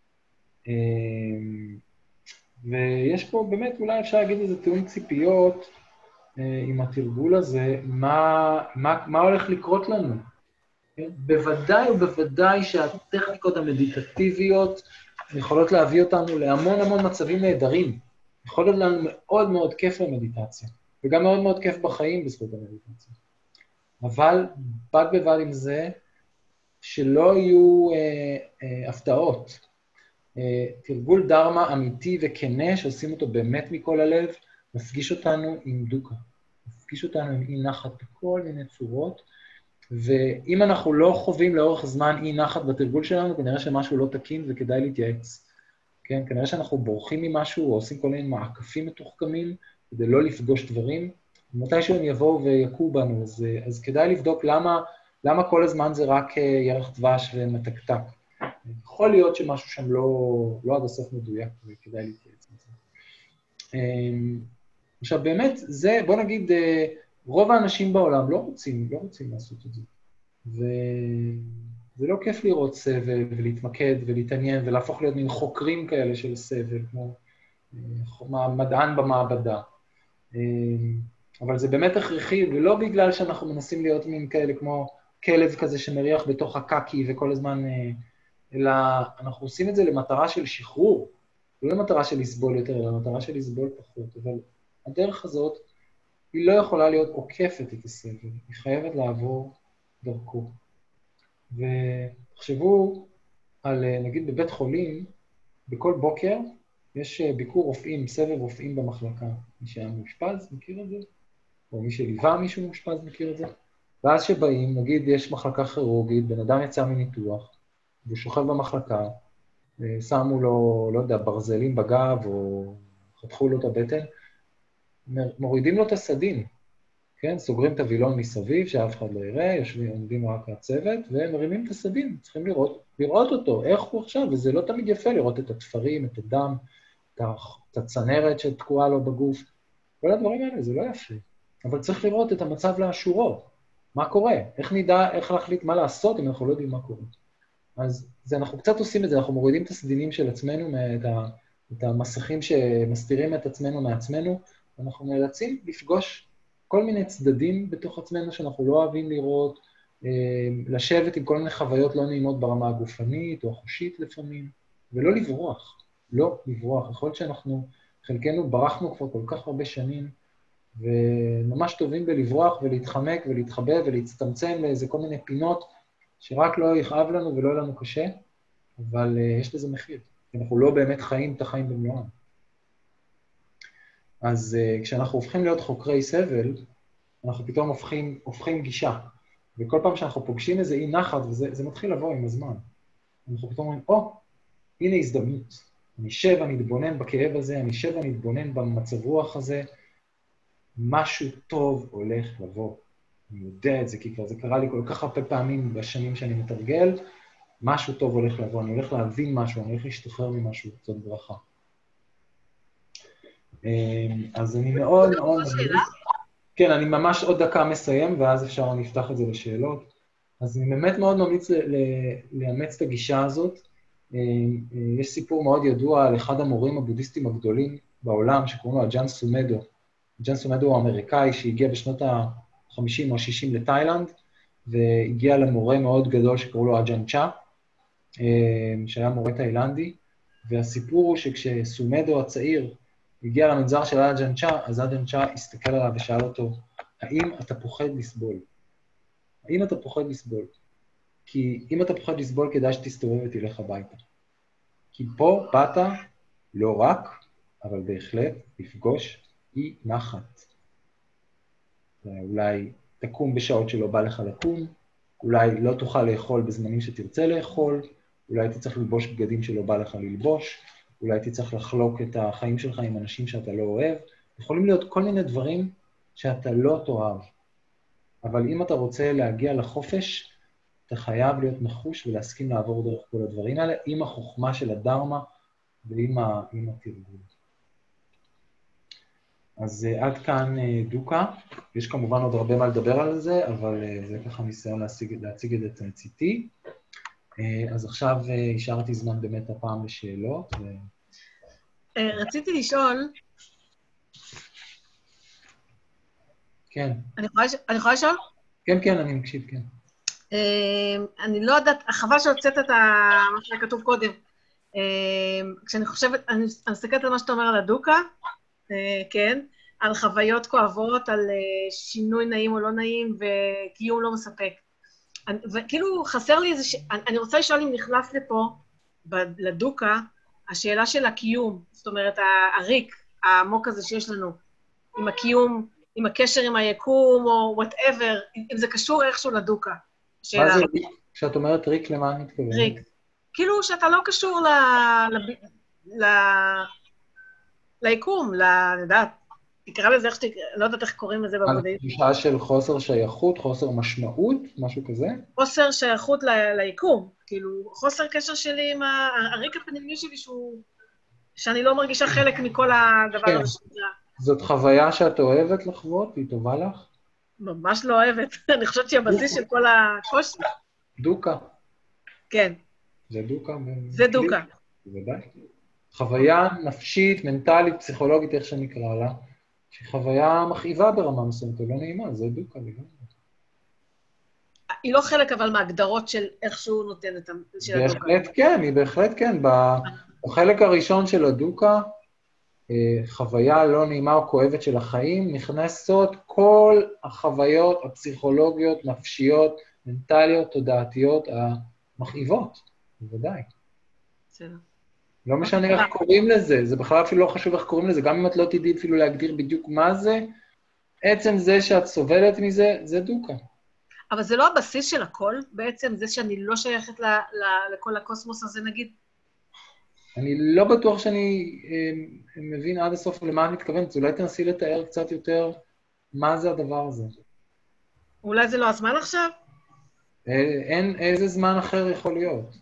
Speaker 1: ויש פה באמת, אולי אפשר להגיד איזה תיאום ציפיות עם התרגול הזה, מה, מה, מה הולך לקרות לנו. בוודאי ובוודאי שהטכניקות המדיטטיביות יכולות להביא אותנו להמון המון מצבים נהדרים. יכול להיות לנו מאוד מאוד כיף במדיטציה, וגם מאוד מאוד כיף בחיים בזכות המדיטציה. אבל בד בבד עם זה, שלא יהיו אה, אה, הפתעות. אה, תרגול דרמה אמיתי וכנה, שעושים אותו באמת מכל הלב, מפגיש אותנו עם דוקה. מפגיש אותנו עם אי נחת בכל מיני צורות, ואם אנחנו לא חווים לאורך זמן אי נחת בתרגול שלנו, כנראה שמשהו לא תקין וכדאי להתייעץ. כן? כנראה שאנחנו בורחים ממשהו, או עושים כל מיני מעקפים מתוחכמים, כדי לא לפגוש דברים, ומתישהו הם יבואו ויקו בנו, אז, אז כדאי לבדוק למה, למה כל הזמן זה רק ירח דבש ומתקתק. יכול להיות שמשהו שם לא, לא עד הסוף מדויק, וכדאי להתייעץ עם זה. עכשיו באמת, זה, בוא נגיד, רוב האנשים בעולם לא רוצים, לא רוצים לעשות את זה. וזה לא כיף לראות סבל ולהתמקד ולהתעניין ולהפוך להיות מין חוקרים כאלה של סבל, כמו מדען במעבדה. אבל זה באמת הכרחי, ולא בגלל שאנחנו מנסים להיות מין כאלה כמו כלב כזה שמריח בתוך הקקי וכל הזמן, אלא אנחנו עושים את זה למטרה של שחרור, לא למטרה של לסבול יותר, אלא למטרה של לסבול פחות, אבל הדרך הזאת היא לא יכולה להיות עוקפת את הסבל, היא חייבת לעבור דרכו. ותחשבו על, נגיד בבית חולים, בכל בוקר יש ביקור רופאים, סבב רופאים במחלקה. מי שהיה מאושפז מכיר את זה, או מי שליווה מישהו מאושפז מכיר את זה. ואז שבאים, נגיד יש מחלקה כירורגית, בן אדם יצא מניתוח, והוא שוכב במחלקה, שמו לו, לא יודע, ברזלים בגב, או חתכו לו את הבטן, מורידים לו את הסדין, כן? סוגרים את הווילון מסביב, שאף אחד לא יראה, יושבים, עומדים רק הצוות, ומרימים את הסדין, צריכים לראות, לראות אותו, איך הוא עכשיו, וזה לא תמיד יפה לראות את התפרים, את הדם, את הצנרת שתקועה לו בגוף, כל הדברים האלה, זה לא יפה. אבל צריך לראות את המצב לאשורו, מה קורה, איך נדע, איך להחליט מה לעשות אם אנחנו לא יודעים מה קורה. אז זה, אנחנו קצת עושים את זה, אנחנו מורידים את הסדינים של עצמנו, את, ה, את המסכים שמסתירים את עצמנו מעצמנו, ואנחנו נאלצים לפגוש כל מיני צדדים בתוך עצמנו שאנחנו לא אוהבים לראות, לשבת עם כל מיני חוויות לא נעימות ברמה הגופנית או החושית לפעמים, ולא לברוח, לא לברוח. יכול להיות שאנחנו, חלקנו ברחנו כבר כל כך הרבה שנים, וממש טובים בלברוח ולהתחמק ולהתחבא ולהצטמצם לאיזה כל מיני פינות, שרק לא יכאב לנו ולא יהיה לנו קשה, אבל uh, יש לזה מחיר. אנחנו לא באמת חיים את החיים במלואם. אז uh, כשאנחנו הופכים להיות חוקרי סבל, אנחנו פתאום הופכים, הופכים גישה. וכל פעם שאנחנו פוגשים איזה אי נחת, וזה מתחיל לבוא עם הזמן. אנחנו פתאום אומרים, או, oh, הנה הזדמנות. אני שב, אני אתבונן בכאב הזה, אני שב, אני אתבונן במצב רוח הזה, משהו טוב הולך לבוא. אני יודע את זה, כי כבר זה קרה לי כל כך הרבה פעמים בשנים שאני מתרגל, משהו טוב הולך לבוא, אני הולך להבין משהו, אני הולך להשתחרר ממשהו, זאת ברכה. אז אני מאוד מאוד... כן, אני ממש עוד דקה מסיים, ואז אפשר אני אפתח את זה לשאלות. אז אני באמת מאוד ממליץ לאמץ את הגישה הזאת. יש סיפור מאוד ידוע על אחד המורים הבודהיסטים הגדולים בעולם, שקוראים לו אג'אן סומדו. אג'אן סומדו הוא אמריקאי שהגיע בשנות ה-חמישים או ה-שישים לתאילנד, והגיע למורה מאוד גדול שקראו לו אג'אן צ'ה, שהיה מורה תאילנדי, והסיפור הוא שכשסומדו הצעיר הגיע למנזר של אג'אן צ'ה, אז אג'אן צ'ה הסתכל עליו ושאל אותו, האם אתה פוחד לסבול? האם אתה פוחד לסבול? כי אם אתה פוחד לסבול, כדאי שתסתובב ותלך הביתה. כי פה באת לא רק, אבל בהחלט לפגוש אי נחת. אולי תקום בשעות שלא בא לך לקום, אולי לא תוכל לאכול בזמנים שתרצה לאכול, אולי תצטרך ללבוש בגדים שלא בא לך ללבוש, אולי תצטרך לחלוק את החיים שלך עם אנשים שאתה לא אוהב. יכולים להיות כל מיני דברים שאתה לא תאהב. אבל אם אתה רוצה להגיע לחופש, אתה חייב להיות נחוש ולהסכים לעבור דרך כל הדברים האלה, עם החוכמה של הדרמה ועם התרגול. אז עד כאן דוקה. יש כמובן עוד הרבה מה לדבר על זה, אבל זה ככה ניסיון להציג, להציג את זה תמציתי. אז עכשיו השארתי זמן באמת הפעם לשאלות. ו...
Speaker 2: רציתי לשאול...
Speaker 1: כן.
Speaker 2: אני יכולה, אני יכולה לשאול?
Speaker 1: כן, כן, אני מקשיב, כן.
Speaker 2: אני לא יודעת, חבל שהוצאת את מה שכתוב קודם. כשאני חושבת, אני מסתכלת על מה שאתה אומר על הדוקה, כן, על חוויות כואבות, על שינוי נעים או לא נעים, וקיום לא מספק. וכאילו חסר לי איזה, ש... אני רוצה לשאול אם נכנס לפה, לדוקה, השאלה של הקיום, זאת אומרת, הריק, העמוק הזה שיש לנו, עם הקיום, עם הקשר עם היקום, או whatever, אם זה קשור איכשהו לדוקה.
Speaker 1: מה זה ריק? כשאת אומרת ריק, למה אני מתכוונת?
Speaker 2: ריק. כאילו שאתה לא קשור ל... ל... ליקום, לדעת, תקרא לזה איך שתקרא, לא יודעת איך קוראים לזה בבודהיזם.
Speaker 1: תחושה של חוסר שייכות, חוסר משמעות, משהו כזה?
Speaker 2: חוסר שייכות ליקום, כאילו, חוסר קשר שלי עם הריק הפנימי שלי, שהוא, שאני לא מרגישה חלק מכל הדבר הזה שנקרא.
Speaker 1: זאת חוויה שאת אוהבת לחוות? היא טובה לך?
Speaker 2: ממש לא אוהבת. אני חושבת שהיא הבסיס של כל הקושי.
Speaker 1: דוקה.
Speaker 2: כן.
Speaker 1: זה דוקה?
Speaker 2: זה דוקה.
Speaker 1: בוודאי. חוויה נפשית, מנטלית, פסיכולוגית, איך שנקרא לה, שהיא חוויה מכאיבה ברמה מסוימת, לא נעימה, זה דוקה לגמרי.
Speaker 2: היא לא חלק אבל מהגדרות של איך שהוא נותן את של הדוקה.
Speaker 1: בהחלט כן, היא בהחלט כן. בחלק הראשון של הדוקה, חוויה לא נעימה או כואבת של החיים, נכנסות כל החוויות הפסיכולוגיות, נפשיות, מנטליות, תודעתיות, המכאיבות, בוודאי.
Speaker 2: בסדר.
Speaker 1: לא משנה איך קוראים לזה, זה בכלל אפילו לא חשוב איך קוראים לזה, גם אם את לא תדעי אפילו להגדיר בדיוק מה זה, עצם זה שאת סובלת מזה, זה דוקה.
Speaker 2: אבל זה לא הבסיס של הכל, בעצם זה שאני לא שייכת ל, ל, לכל הקוסמוס הזה, נגיד?
Speaker 1: אני לא בטוח שאני אה, מבין עד הסוף למה את מתכוונת, אז אולי תנסי לתאר קצת יותר מה זה הדבר הזה.
Speaker 2: אולי זה לא הזמן עכשיו?
Speaker 1: אה, אין איזה זמן אחר יכול להיות.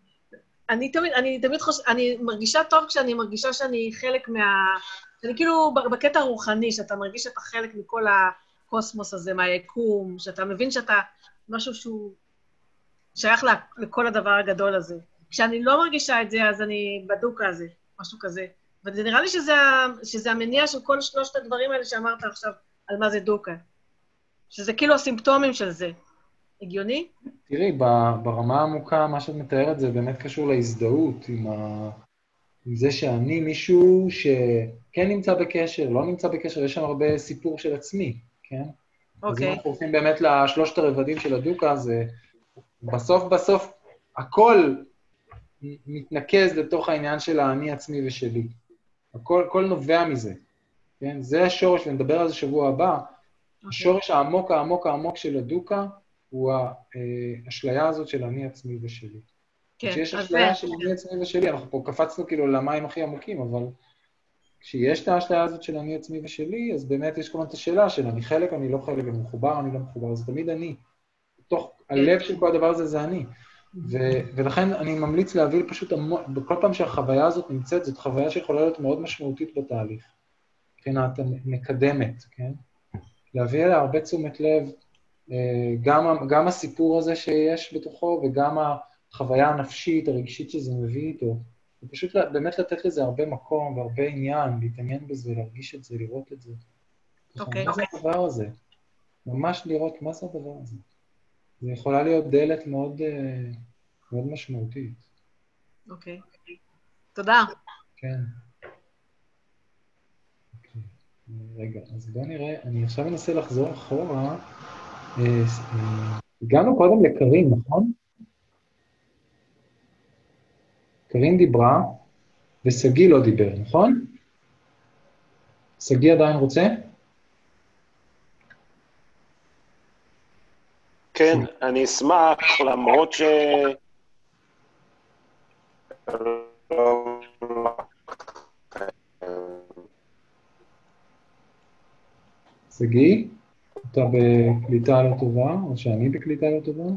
Speaker 2: אני תמיד, אני תמיד חוש... אני מרגישה טוב כשאני מרגישה שאני חלק מה... אני כאילו בקטע הרוחני, שאתה מרגיש שאתה חלק מכל הקוסמוס הזה, מהיקום, שאתה מבין שאתה משהו שהוא שייך לכל הדבר הגדול הזה. כשאני לא מרגישה את זה, אז אני בדוקה הזה, משהו כזה. וזה נראה לי שזה, שזה המניע של כל שלושת הדברים האלה שאמרת עכשיו על מה זה דוקה. שזה כאילו הסימפטומים של זה. הגיוני?
Speaker 1: תראי, ברמה העמוקה, מה שאת מתארת זה באמת קשור להזדהות עם, ה... עם זה שאני מישהו שכן נמצא בקשר, לא נמצא בקשר, יש שם הרבה סיפור של עצמי, כן? Okay. אז אם אנחנו הולכים באמת לשלושת הרבדים של הדוקה, זה בסוף בסוף הכל מתנקז לתוך העניין של האני עצמי ושלי. הכל, הכל נובע מזה, כן? זה השורש, ונדבר על זה שבוע הבא, okay. השורש העמוק העמוק העמוק של הדוקה, הוא האשליה הזאת של אני עצמי ושלי. כן, כשיש אשליה של אני עצמי ושלי, אנחנו פה קפצנו כאילו למים הכי עמוקים, אבל כשיש את האשליה הזאת של אני עצמי ושלי, אז באמת יש כמובן את השאלה של אני חלק, אני לא חלק, אני מחובר, אני לא מחובר, זה תמיד אני. בתוך הלב של כל הדבר הזה זה אני. ולכן אני ממליץ להביא פשוט, בכל פעם שהחוויה הזאת נמצאת, זאת חוויה שיכולה להיות מאוד משמעותית בתהליך, מבחינת מקדמת, כן? להביא אליה הרבה תשומת לב, גם, גם הסיפור הזה שיש בתוכו, וגם החוויה הנפשית, הרגשית שזה מביא איתו, ופשוט באמת לתת לזה הרבה מקום והרבה עניין, להתעניין בזה, להרגיש את זה, לראות את זה. אוקיי. מה זה הדבר הזה? ממש לראות מה זה הדבר הזה. זה יכולה להיות דלת מאוד, מאוד משמעותית.
Speaker 2: אוקיי. תודה. כן.
Speaker 1: אוקיי. רגע, אז בוא נראה, אני עכשיו אנסה לחזור אחורה, הגענו קודם לקרין, נכון? קרין דיברה, וסגי לא דיבר, נכון? סגי עדיין רוצה?
Speaker 3: כן, אני אשמח, למרות ש...
Speaker 1: סגי? אתה בקליטה לא טובה, או שאני בקליטה לא טובה?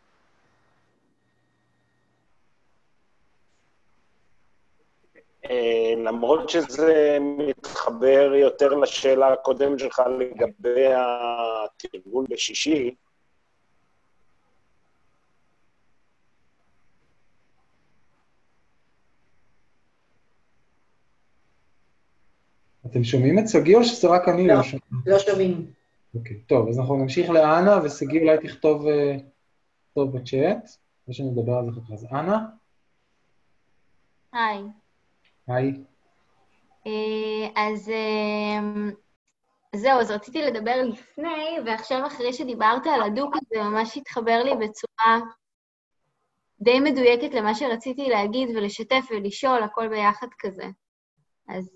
Speaker 3: למרות שזה מתחבר יותר לשאלה הקודמת שלך לגבי התרגול בשישי,
Speaker 1: אתם שומעים את סגי או שזה רק אני?
Speaker 4: לא, לא שומעים.
Speaker 1: אוקיי, טוב, אז אנחנו נמשיך לאנה, וסגי אולי תכתוב טוב בצ'אט, ושנדבר על זה אחר כך. אז אנה?
Speaker 5: היי.
Speaker 1: היי.
Speaker 5: אז זהו, אז רציתי לדבר לפני, ועכשיו אחרי שדיברת על הדוק, זה ממש התחבר לי בצורה די מדויקת למה שרציתי להגיד ולשתף ולשאול, הכל ביחד כזה. אז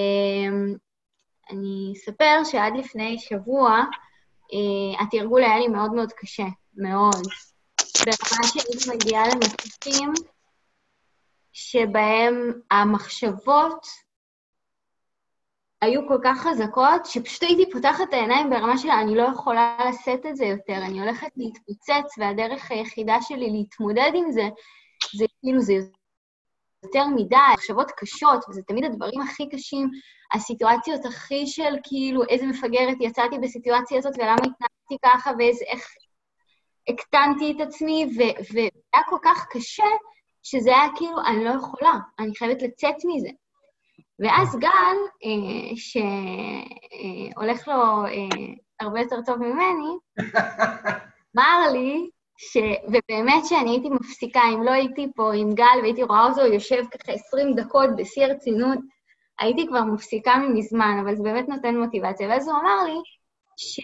Speaker 5: אני אספר שעד לפני שבוע, התרגול היה לי מאוד מאוד קשה, מאוד. ברמה שהייתי מגיעה למצבים שבהם המחשבות היו כל כך חזקות, שפשוט הייתי פותחת את העיניים ברמה שלה, אני לא יכולה לשאת את זה יותר, אני הולכת להתפוצץ, והדרך היחידה שלי להתמודד עם זה, זה כאילו זה יותר מדי, מחשבות קשות, וזה תמיד הדברים הכי קשים, הסיטואציות הכי של כאילו איזה מפגרת יצאתי בסיטואציה הזאת, ולמה התנהגתי ככה, ואיך הקטנתי את עצמי, וזה היה כל כך קשה, שזה היה כאילו, אני לא יכולה, אני חייבת לצאת מזה. ואז גל, אה, שהולך לו אה, הרבה יותר טוב ממני, אמר לי ש... ובאמת שאני הייתי מפסיקה, אם לא הייתי פה עם גל והייתי רואה אותו יושב ככה עשרים דקות בשיא הרצינות, הייתי כבר מפסיקה ממזמן, אבל זה באמת נותן מוטיבציה. ואז הוא אמר לי ש...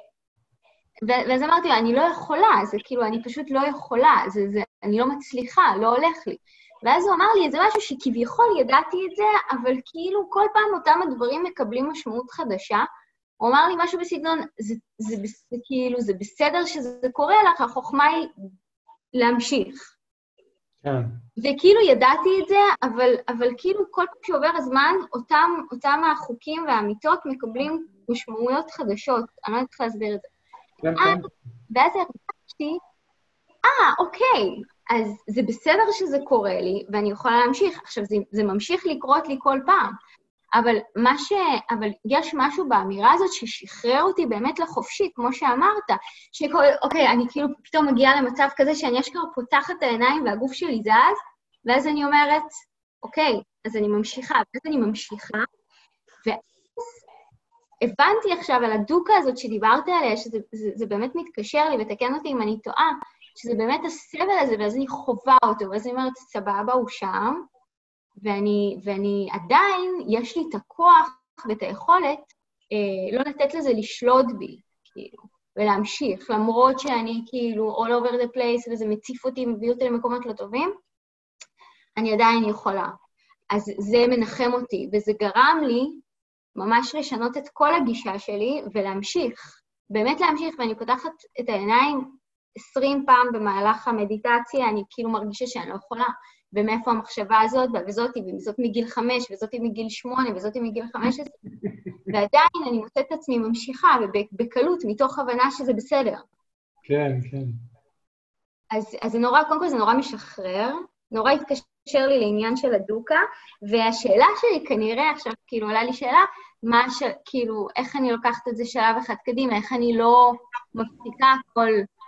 Speaker 5: ו- ואז אמרתי לו, אני לא יכולה, זה כאילו, אני פשוט לא יכולה, זה, זה, אני לא מצליחה, לא הולך לי. ואז הוא אמר לי, זה משהו שכביכול ידעתי את זה, אבל כאילו כל פעם אותם הדברים מקבלים משמעות חדשה. הוא אמר לי משהו בסגנון, זה, זה, זה, זה כאילו, זה בסדר שזה קורה לך, החוכמה היא להמשיך.
Speaker 1: כן.
Speaker 5: וכאילו ידעתי את זה, אבל, אבל כאילו כל פעם שעובר הזמן, אותם, אותם החוקים והאמיתות מקבלים משמעויות חדשות. אני לא יודעת איך להסביר את זה.
Speaker 1: כן, כן.
Speaker 5: ואז הרגשתי, אה, אוקיי, אז זה בסדר שזה קורה לי, ואני יכולה להמשיך. עכשיו, זה, זה ממשיך לקרות לי כל פעם, אבל, מה ש, אבל יש משהו באמירה הזאת ששחרר אותי באמת לחופשית, כמו שאמרת, שכל, אוקיי, אני כאילו פתאום מגיעה למצב כזה שאני אשכרה פותחת את העיניים והגוף שלי זז, ואז אני אומרת, אוקיי, אז אני ממשיכה, ואז אני ממשיכה, ואז הבנתי עכשיו על הדוקה הזאת שדיברת עליה, שזה זה, זה באמת מתקשר לי, ותקן אותי אם אני טועה, שזה באמת הסבל הזה, ואז אני חובה אותו, ואז אני אומרת, סבבה, הוא שם, ואני, ואני עדיין, יש לי את הכוח ואת היכולת אה, לא לתת לזה לשלוט בי, כאילו, ולהמשיך, למרות שאני כאילו all over the place, וזה מציף אותי, מביא אותי למקומות לא טובים, אני עדיין יכולה. אז זה מנחם אותי, וזה גרם לי ממש לשנות את כל הגישה שלי, ולהמשיך, באמת להמשיך, ואני פותחת את העיניים עשרים פעם במהלך המדיטציה, אני כאילו מרגישה שאני לא יכולה, ומאיפה המחשבה הזאת, וזאתי, וזאת מגיל חמש, וזאתי מגיל שמונה, וזאתי מגיל חמש עשרה, ועדיין אני מוצאת את עצמי ממשיכה, ובקלות, מתוך הבנה שזה בסדר.
Speaker 1: כן, כן.
Speaker 5: אז, אז זה נורא, קודם כל זה נורא משחרר, נורא התקשר לי לעניין של הדוקה, והשאלה שלי כנראה, עכשיו כאילו עולה לי שאלה, מה ש... כאילו, איך אני לוקחת את זה שלב אחד קדימה, איך אני לא מפסיקה כל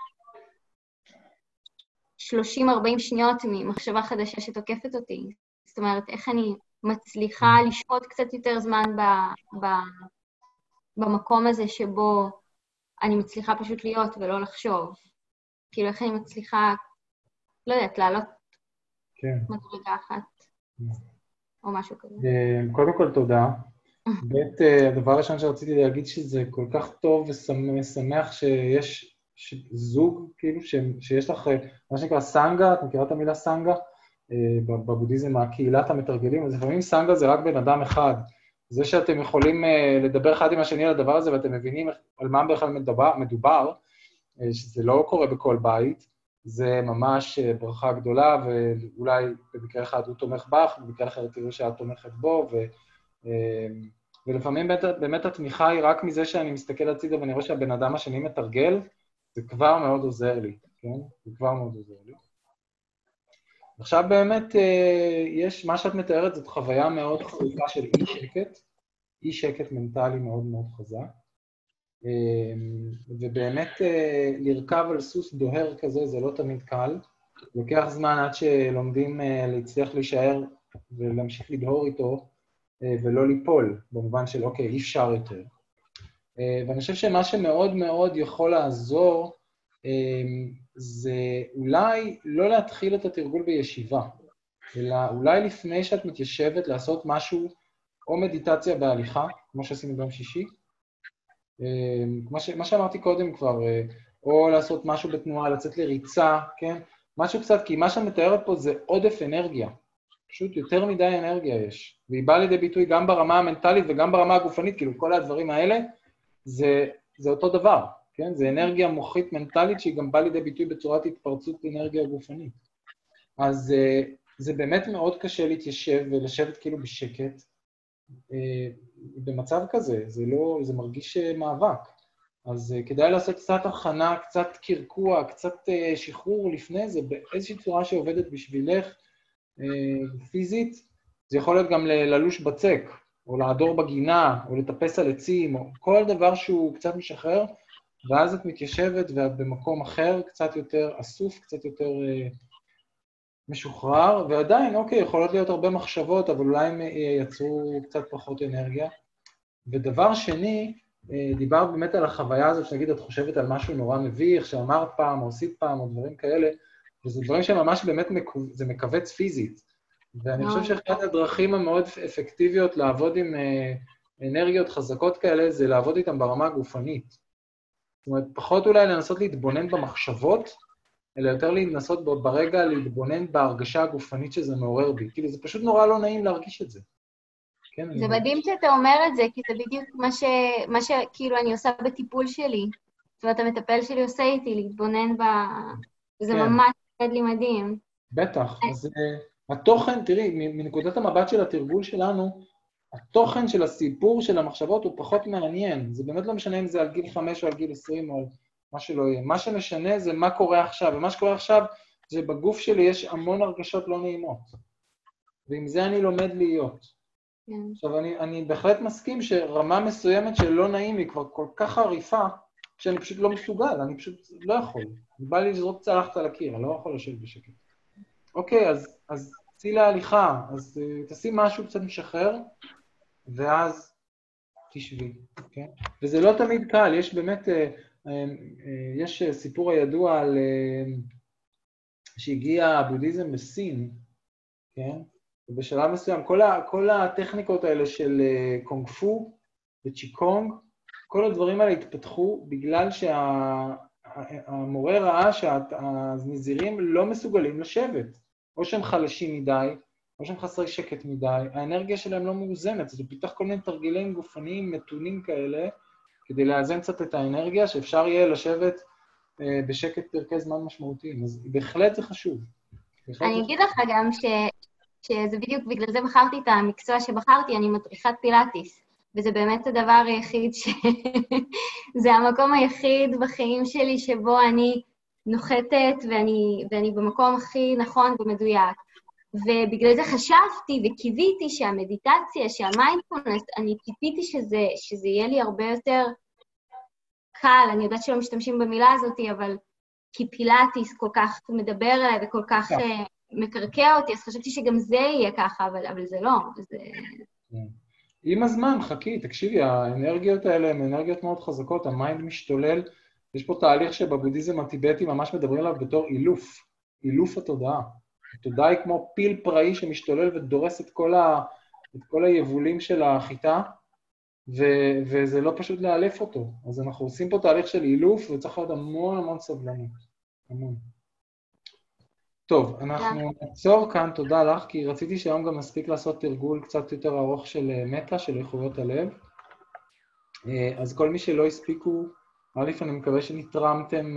Speaker 5: שלושים ארבעים שניות ממחשבה חדשה שתוקפת אותי. זאת אומרת, איך אני מצליחה לשהות קצת יותר זמן ב... ב... במקום הזה שבו אני מצליחה פשוט להיות ולא לחשוב. כאילו, איך אני מצליחה, לא יודעת, לעלות
Speaker 1: כן.
Speaker 5: מדרגה אחת, או משהו כזה.
Speaker 1: קודם כל, תודה. בית, הדבר הראשון שרציתי להגיד שזה כל כך טוב ושמח שיש זוג, כאילו, שיש לך, מה שנקרא סנגה, את מכירה את המילה סנגה? בבודהיזם, הקהילת המתרגלים, אז לפעמים סנגה זה רק בן אדם אחד. זה שאתם יכולים לדבר אחד עם השני על הדבר הזה, ואתם מבינים על מה בכלל מדובר, שזה לא קורה בכל בית, זה ממש ברכה גדולה, ואולי במקרה אחד הוא תומך בך, במקרה אחר תראו שאת תומכת בו, ו... ולפעמים באמת, באמת התמיכה היא רק מזה שאני מסתכל הצידה ואני רואה שהבן אדם השני מתרגל, זה כבר מאוד עוזר לי, כן? זה כבר מאוד עוזר לי. עכשיו באמת יש, מה שאת מתארת זאת חוויה מאוד חזקה של אי שקט, אי שקט מנטלי מאוד מאוד חזק, ובאמת לרכב על סוס דוהר כזה זה לא תמיד קל, לוקח זמן עד שלומדים להצליח להישאר ולהמשיך לדהור איתו, ולא ליפול, במובן של אוקיי, אי אפשר יותר. ואני חושב שמה שמאוד מאוד יכול לעזור, זה אולי לא להתחיל את התרגול בישיבה, אלא אולי לפני שאת מתיישבת לעשות משהו, או מדיטציה בהליכה, כמו שעשינו ביום שישי, מה שאמרתי קודם כבר, או לעשות משהו בתנועה, לצאת לריצה, כן? משהו קצת, כי מה שאני מתארת פה זה עודף אנרגיה. פשוט יותר מדי אנרגיה יש, והיא באה לידי ביטוי גם ברמה המנטלית וגם ברמה הגופנית, כאילו כל הדברים האלה, זה, זה אותו דבר, כן? זה אנרגיה מוחית מנטלית שהיא גם באה לידי ביטוי בצורת התפרצות אנרגיה גופנית. אז זה באמת מאוד קשה להתיישב ולשבת כאילו בשקט, במצב כזה, זה לא, זה מרגיש מאבק. אז כדאי לעשות קצת הכנה, קצת קרקוע, קצת שחרור לפני זה, באיזושהי צורה שעובדת בשבילך, פיזית, זה יכול להיות גם ללוש בצק, או לעדור בגינה, או לטפס על עצים, או כל דבר שהוא קצת משחרר, ואז את מתיישבת ואת במקום אחר, קצת יותר אסוף, קצת יותר משוחרר, ועדיין, אוקיי, יכולות להיות הרבה מחשבות, אבל אולי הם ייצרו קצת פחות אנרגיה. ודבר שני, דיברת באמת על החוויה הזאת, שנגיד את חושבת על משהו נורא מביך, שאמרת פעם או עשית פעם או דברים כאלה, וזה דברים שממש באמת זה מכווץ פיזית. ואני חושב שאחת הדרכים המאוד אפקטיביות לעבוד עם אנרגיות חזקות כאלה, זה לעבוד איתן ברמה הגופנית. זאת אומרת, פחות אולי לנסות להתבונן במחשבות, אלא יותר לנסות ברגע להתבונן בהרגשה הגופנית שזה מעורר בי. כאילו, זה פשוט נורא לא נעים להרגיש את זה. כן,
Speaker 5: זה מדהים שאתה אומר את זה, כי זה בדיוק מה ש... מה שכאילו אני עושה בטיפול שלי. זאת אומרת, המטפל שלי עושה איתי, להתבונן ב... זה כן. ממש עד לי מדהים.
Speaker 1: בטח. אז התוכן, תראי, מנקודת המבט של התרגול שלנו, התוכן של הסיפור של המחשבות הוא פחות מעניין. זה באמת לא משנה אם זה על גיל חמש או על גיל עשרים או על מה שלא יהיה. מה שמשנה זה מה קורה עכשיו, ומה שקורה עכשיו זה בגוף שלי יש המון הרגשות לא נעימות. ועם זה אני לומד להיות. Yeah. עכשיו, אני, אני בהחלט מסכים שרמה מסוימת של לא נעים היא כבר כל כך עריפה, שאני פשוט לא מסוגל, אני פשוט לא יכול. בא לי לזרוק צלחת על הקיר, אני לא יכול לשבת בשקט. אוקיי, אז, אז צאי להליכה, אז uh, תעשי משהו קצת משחרר, ואז תשבי, כן? וזה לא תמיד קל, יש באמת, uh, uh, uh, יש uh, סיפור הידוע על uh, שהגיע הבודהיזם בסין, כן? ובשלב מסוים, כל, ה, כל הטכניקות האלה של uh, קונג פו וצ'יקונג, כל הדברים האלה התפתחו בגלל שהמורה שה, ראה שהנזירים לא מסוגלים לשבת, או שהם חלשים מדי, או שהם חסרי שקט מדי, האנרגיה שלהם לא מאוזנת, אז הוא פיתח כל מיני תרגילים גופניים מתונים כאלה, כדי לאזן קצת את האנרגיה, שאפשר יהיה לשבת uh, בשקט פרקי זמן משמעותיים, אז בהחלט זה חשוב. בהחלט
Speaker 5: אני
Speaker 1: זה
Speaker 5: אגיד
Speaker 1: חשוב.
Speaker 5: לך גם ש... שזה בדיוק, בגלל זה בחרתי את המקצוע שבחרתי, אני מדריכת פילאטיס, וזה באמת הדבר היחיד ש... זה המקום היחיד בחיים שלי שבו אני נוחתת ואני, ואני במקום הכי נכון ומדויק. ובגלל זה חשבתי וקיוויתי שהמדיטציה, שהמיינדפולנס, אני קיוויתי שזה, שזה יהיה לי הרבה יותר קל, אני יודעת שלא משתמשים במילה הזאת, אבל כי פילאטיס כל כך מדבר אליי וכל כך... מקרקע אותי, אז חשבתי שגם זה יהיה ככה, אבל, אבל זה לא. זה...
Speaker 1: עם הזמן, חכי, תקשיבי, האנרגיות האלה הן אנרגיות מאוד חזקות, המיינד משתולל, יש פה תהליך שבבודהיזם הטיבטי ממש מדברים עליו בתור אילוף, אילוף התודעה. התודעה היא כמו פיל פראי שמשתולל ודורס את כל, ה, את כל היבולים של החיטה, ו, וזה לא פשוט לאלף אותו. אז אנחנו עושים פה תהליך של אילוף, וצריך להיות המון המון סבלנות. המון. טוב, אנחנו נעצור כאן, תודה לך, כי רציתי שהיום גם נספיק לעשות תרגול קצת יותר ארוך של מטה, של איכויות הלב. אז כל מי שלא הספיקו, א', אני מקווה שנתרמתם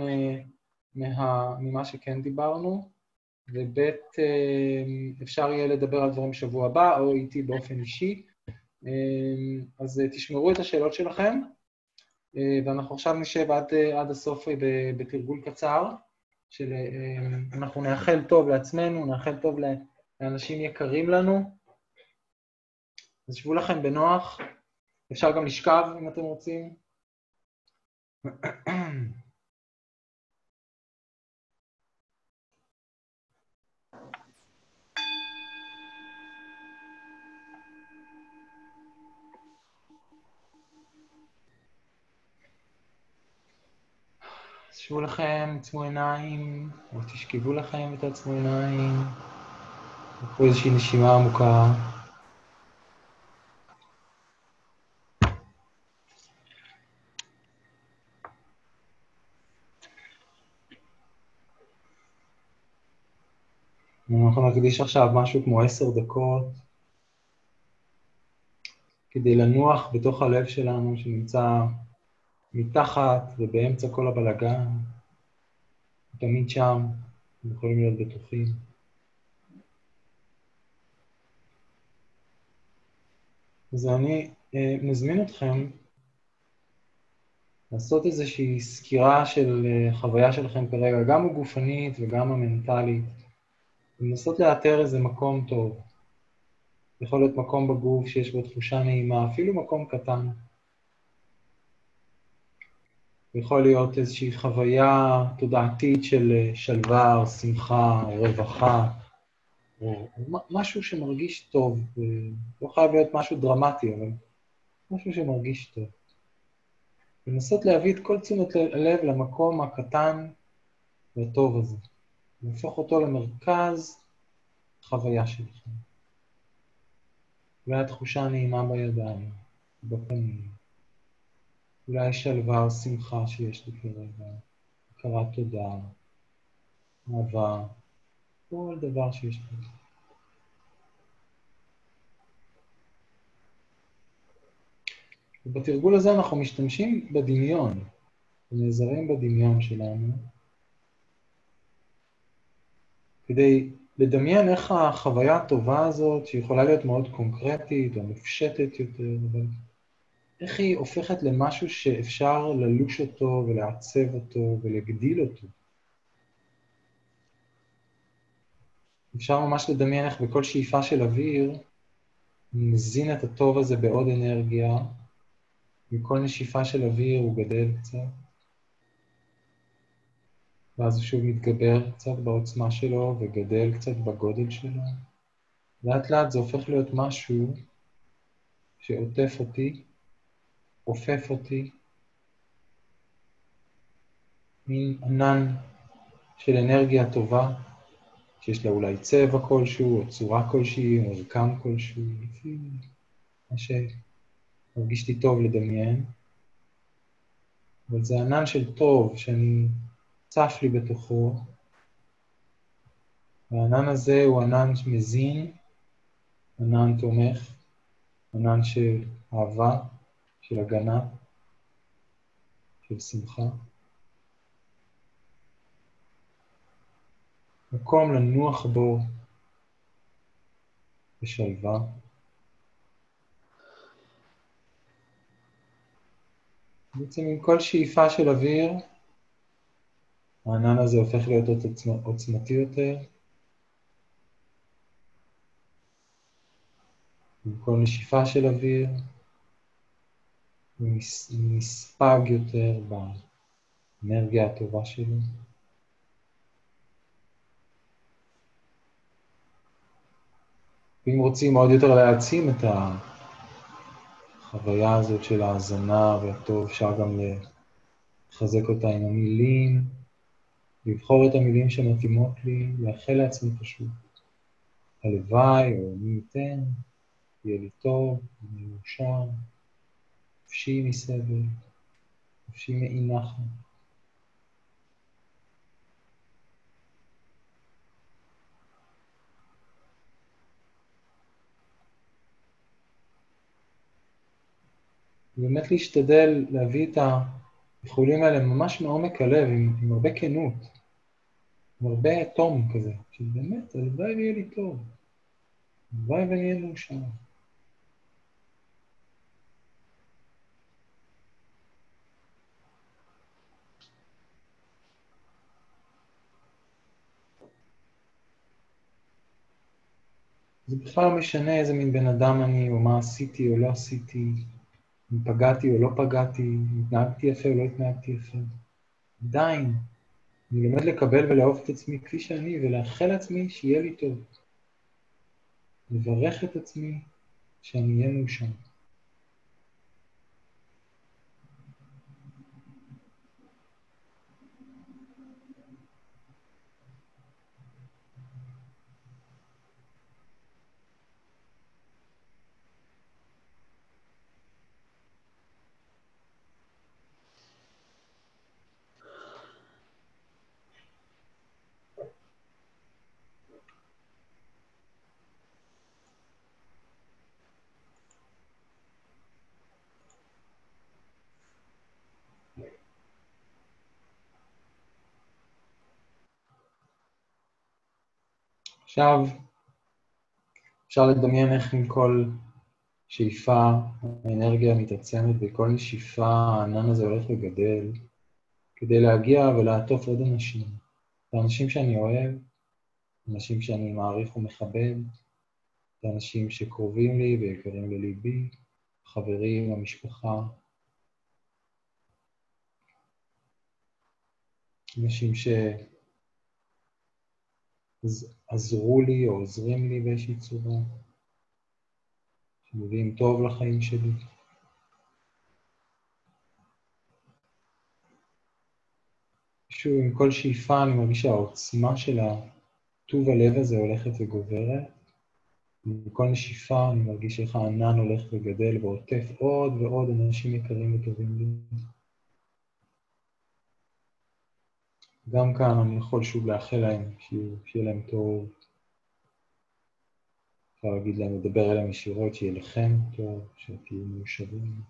Speaker 1: מה, ממה שכן דיברנו, וב', אפשר יהיה לדבר על דברים בשבוע הבא, או איתי באופן אישי. אז תשמרו את השאלות שלכם, ואנחנו עכשיו נשב עד, עד הסוף בתרגול קצר, שאנחנו נאחל טוב לעצמנו, נאחל טוב לאנשים יקרים לנו. אז שבו לכם בנוח, אפשר גם לשכב אם אתם רוצים. שבו לכם, עצמו עיניים, או תשכבו לכם את עצמו עיניים, תקחו איזושהי נשימה עמוקה. אנחנו נקדיש עכשיו משהו כמו עשר דקות, כדי לנוח בתוך הלב שלנו שנמצא מתחת ובאמצע כל הבלגן, תמיד שם, אנחנו יכולים להיות בטוחים. אז אני אה, מזמין אתכם לעשות איזושהי סקירה של אה, חוויה שלכם כרגע, גם הגופנית וגם המנטלית, ולנסות לאתר איזה מקום טוב. יכול להיות מקום בגוף שיש בו תחושה נעימה, אפילו מקום קטן. יכול להיות איזושהי חוויה תודעתית של שלווה או שמחה או רווחה, או משהו שמרגיש טוב. לא חייב להיות משהו דרמטי, אבל משהו שמרגיש טוב. ולנסות להביא את כל תשומת הלב למקום הקטן והטוב הזה. ולהפוך אותו למרכז חוויה שלכם. אולי התחושה נעימה בידיים, בפנים. אולי שלווה או שמחה שיש לי כרגע. הכרת תודה, אהבה, כל דבר שיש לי. ובתרגול הזה אנחנו משתמשים בדמיון, ונעזרים בדמיון שלנו, כדי לדמיין איך החוויה הטובה הזאת, שיכולה להיות מאוד קונקרטית או מופשטת יותר, אבל איך היא הופכת למשהו שאפשר ללוש אותו ולעצב אותו ולגדיל אותו. אפשר ממש לדמיין איך בכל שאיפה של אוויר, מזין את הטוב הזה בעוד אנרגיה, וכל נשיפה של אוויר הוא גדל קצת, ואז הוא שוב מתגבר קצת בעוצמה שלו וגדל קצת בגודל שלו. לאט לאט זה הופך להיות משהו שעוטף אותי, עופף אותי, מין ענן של אנרגיה טובה, שיש לה אולי צבע כלשהו, או צורה כלשהי, או מרקם כלשהו, לפי מה שמרגיש לי טוב לדמיין. אבל זה ענן של טוב שאני צף לי בתוכו, והענן הזה הוא ענן מזין, ענן תומך, ענן של אהבה, של הגנה, של שמחה. מקום לנוח בו בשלווה. בעצם עם כל שאיפה של אוויר, הענן הזה הופך להיות עוצמתי יותר. עם כל נשיפה של אוויר, הוא נספג יותר באנרגיה הטובה שלו. ואם רוצים עוד יותר להעצים את החוויה הזאת של ההזנה והטוב, אפשר גם לחזק אותה עם המילים, לבחור את המילים שמתאימות לי, לאחל לעצמי פשוט. הלוואי או מי ייתן, יהיה לי טוב, אני מאושר, נפשי מסבל, נפשי מאינחת. באמת להשתדל להביא את האיחולים האלה ממש מעומק הלב, עם, עם הרבה כנות, עם הרבה תום כזה, שבאמת, הלוואי ויהיה לי טוב, הלוואי ונהיה מאושר. זה בכלל לא משנה איזה מין בן אדם אני, או מה עשיתי או לא עשיתי, אם פגעתי או לא פגעתי, אם התנהגתי יפה או לא התנהגתי יפה. עדיין, אני לומד לקבל ולאהוב את עצמי כפי שאני, ולאחל לעצמי שיהיה לי טוב. לברך את עצמי שאני אהיה מאושר. עכשיו, אפשר לדמיין איך עם כל שאיפה האנרגיה מתעצמת, וכל נשיפה הענן הזה הולך וגדל, כדי להגיע ולעטוף עוד אנשים. את האנשים שאני אוהב, אנשים שאני מעריך ומכבד, את האנשים שקרובים לי ויקרים לליבי, חברים, המשפחה, אנשים שעזרו לי או עוזרים לי באיזושהי צורה, שמביאים טוב לחיים שלי. שוב, עם כל שאיפה אני מרגיש שהעוצמה של הטוב הלב הזה הולכת וגוברת. בכל נשיפה אני מרגיש איך הענן הולך וגדל ועוטף עוד ועוד אנשים יקרים וטובים לי. גם כאן אני יכול שוב לאחל להם, שיהיה להם טוב. אפשר להגיד להם, לדבר אליהם ישירות, שיהיה לכם טוב, שתהיו מאושרים.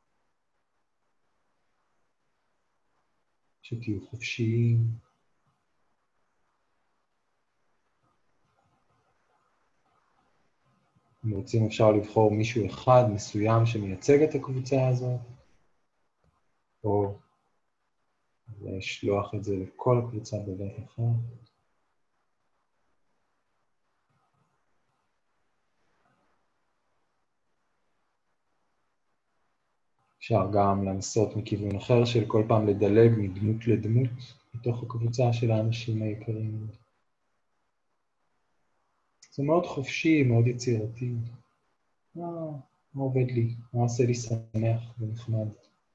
Speaker 1: שתהיו חופשיים. אם רוצים אפשר לבחור מישהו אחד מסוים שמייצג את הקבוצה הזאת, או לשלוח את זה לכל הקבוצה בבת אחת. אפשר גם לנסות מכיוון אחר של כל פעם לדלג מדמות לדמות מתוך הקבוצה של האנשים היקרים. זה מאוד חופשי, מאוד יצירתי. מה, מה עובד לי? מה עושה לי שמח ונחמד?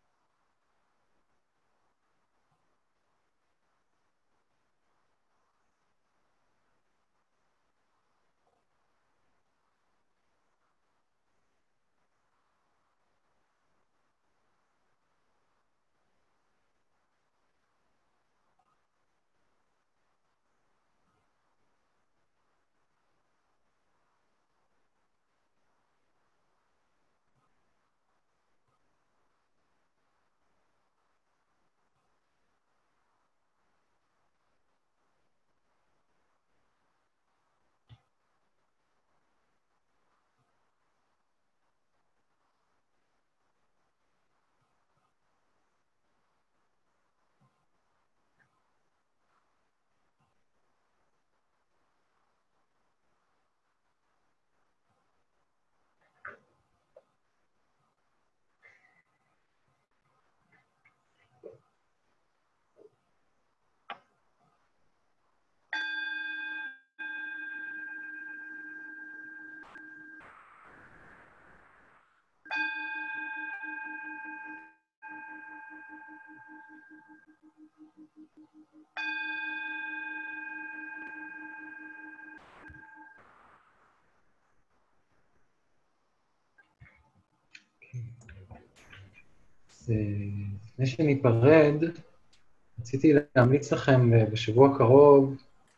Speaker 1: לפני שניפרד, רציתי להמליץ לכם בשבוע הקרוב,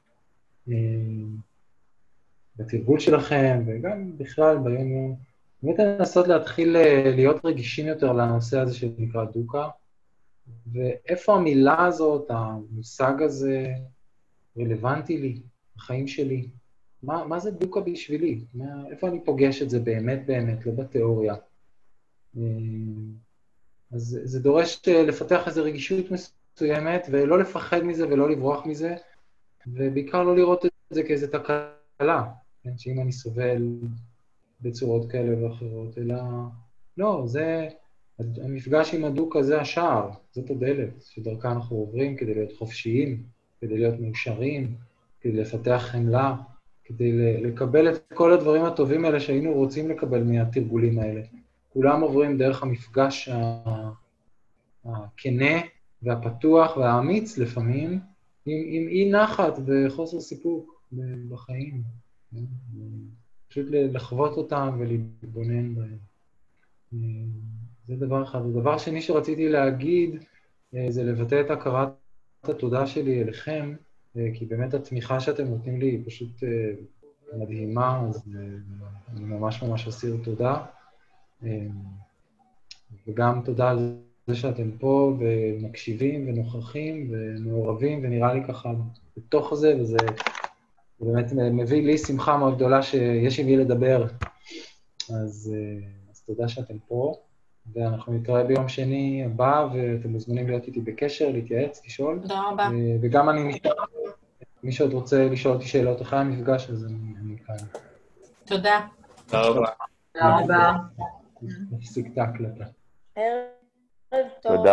Speaker 1: בתרגול שלכם, וגם בכלל ביום יום, באמת לנסות להתחיל להיות רגישים יותר לנושא הזה שנקרא דוקה, ואיפה המילה הזאת, המושג הזה, רלוונטי לי, החיים שלי. מה, מה זה דוקה בשבילי? מה, איפה אני פוגש את זה באמת באמת, לא בתיאוריה? אז זה דורש לפתח איזו רגישות מסוימת, ולא לפחד מזה ולא לברוח מזה, ובעיקר לא לראות את זה כאיזו תקלה, כן? שאם אני סובל בצורות כאלה ואחרות, אלא לא, זה, המפגש עם הדוקה זה השער, זאת הדלת, שדרכה אנחנו עוברים כדי להיות חופשיים, כדי להיות מאושרים, כדי לפתח חמלה, כדי לקבל את כל הדברים הטובים האלה שהיינו רוצים לקבל מהתרגולים האלה. כולם עוברים דרך המפגש הכנה והפתוח והאמיץ לפעמים, עם, עם אי נחת וחוסר סיפוק בחיים. פשוט לחוות אותם ולהתבונן בהם. זה דבר אחד. הדבר שני שרציתי להגיד, זה לבטא את הכרת התודה שלי אליכם, כי באמת התמיכה שאתם נותנים לי היא פשוט מדהימה, אז אני ממש ממש אסיר תודה. וגם תודה על זה שאתם פה ומקשיבים ונוכחים ומעורבים, ונראה לי ככה בתוך זה, וזה באמת מביא לי שמחה מאוד גדולה שיש עם מי לדבר. אז, אז תודה שאתם פה, ואנחנו נתראה ביום שני הבא, ואתם מוזמנים להיות איתי בקשר, להתייעץ, לשאול.
Speaker 4: תודה רבה.
Speaker 1: וגם אני נשאר, מי שעוד רוצה לשאול אותי שאלות אחרי המפגש, אז אני, אני כאן.
Speaker 4: תודה.
Speaker 6: תודה רבה.
Speaker 2: תודה רבה.
Speaker 1: נפסיק את ההקלטה.
Speaker 4: ערב טוב.
Speaker 3: תודה.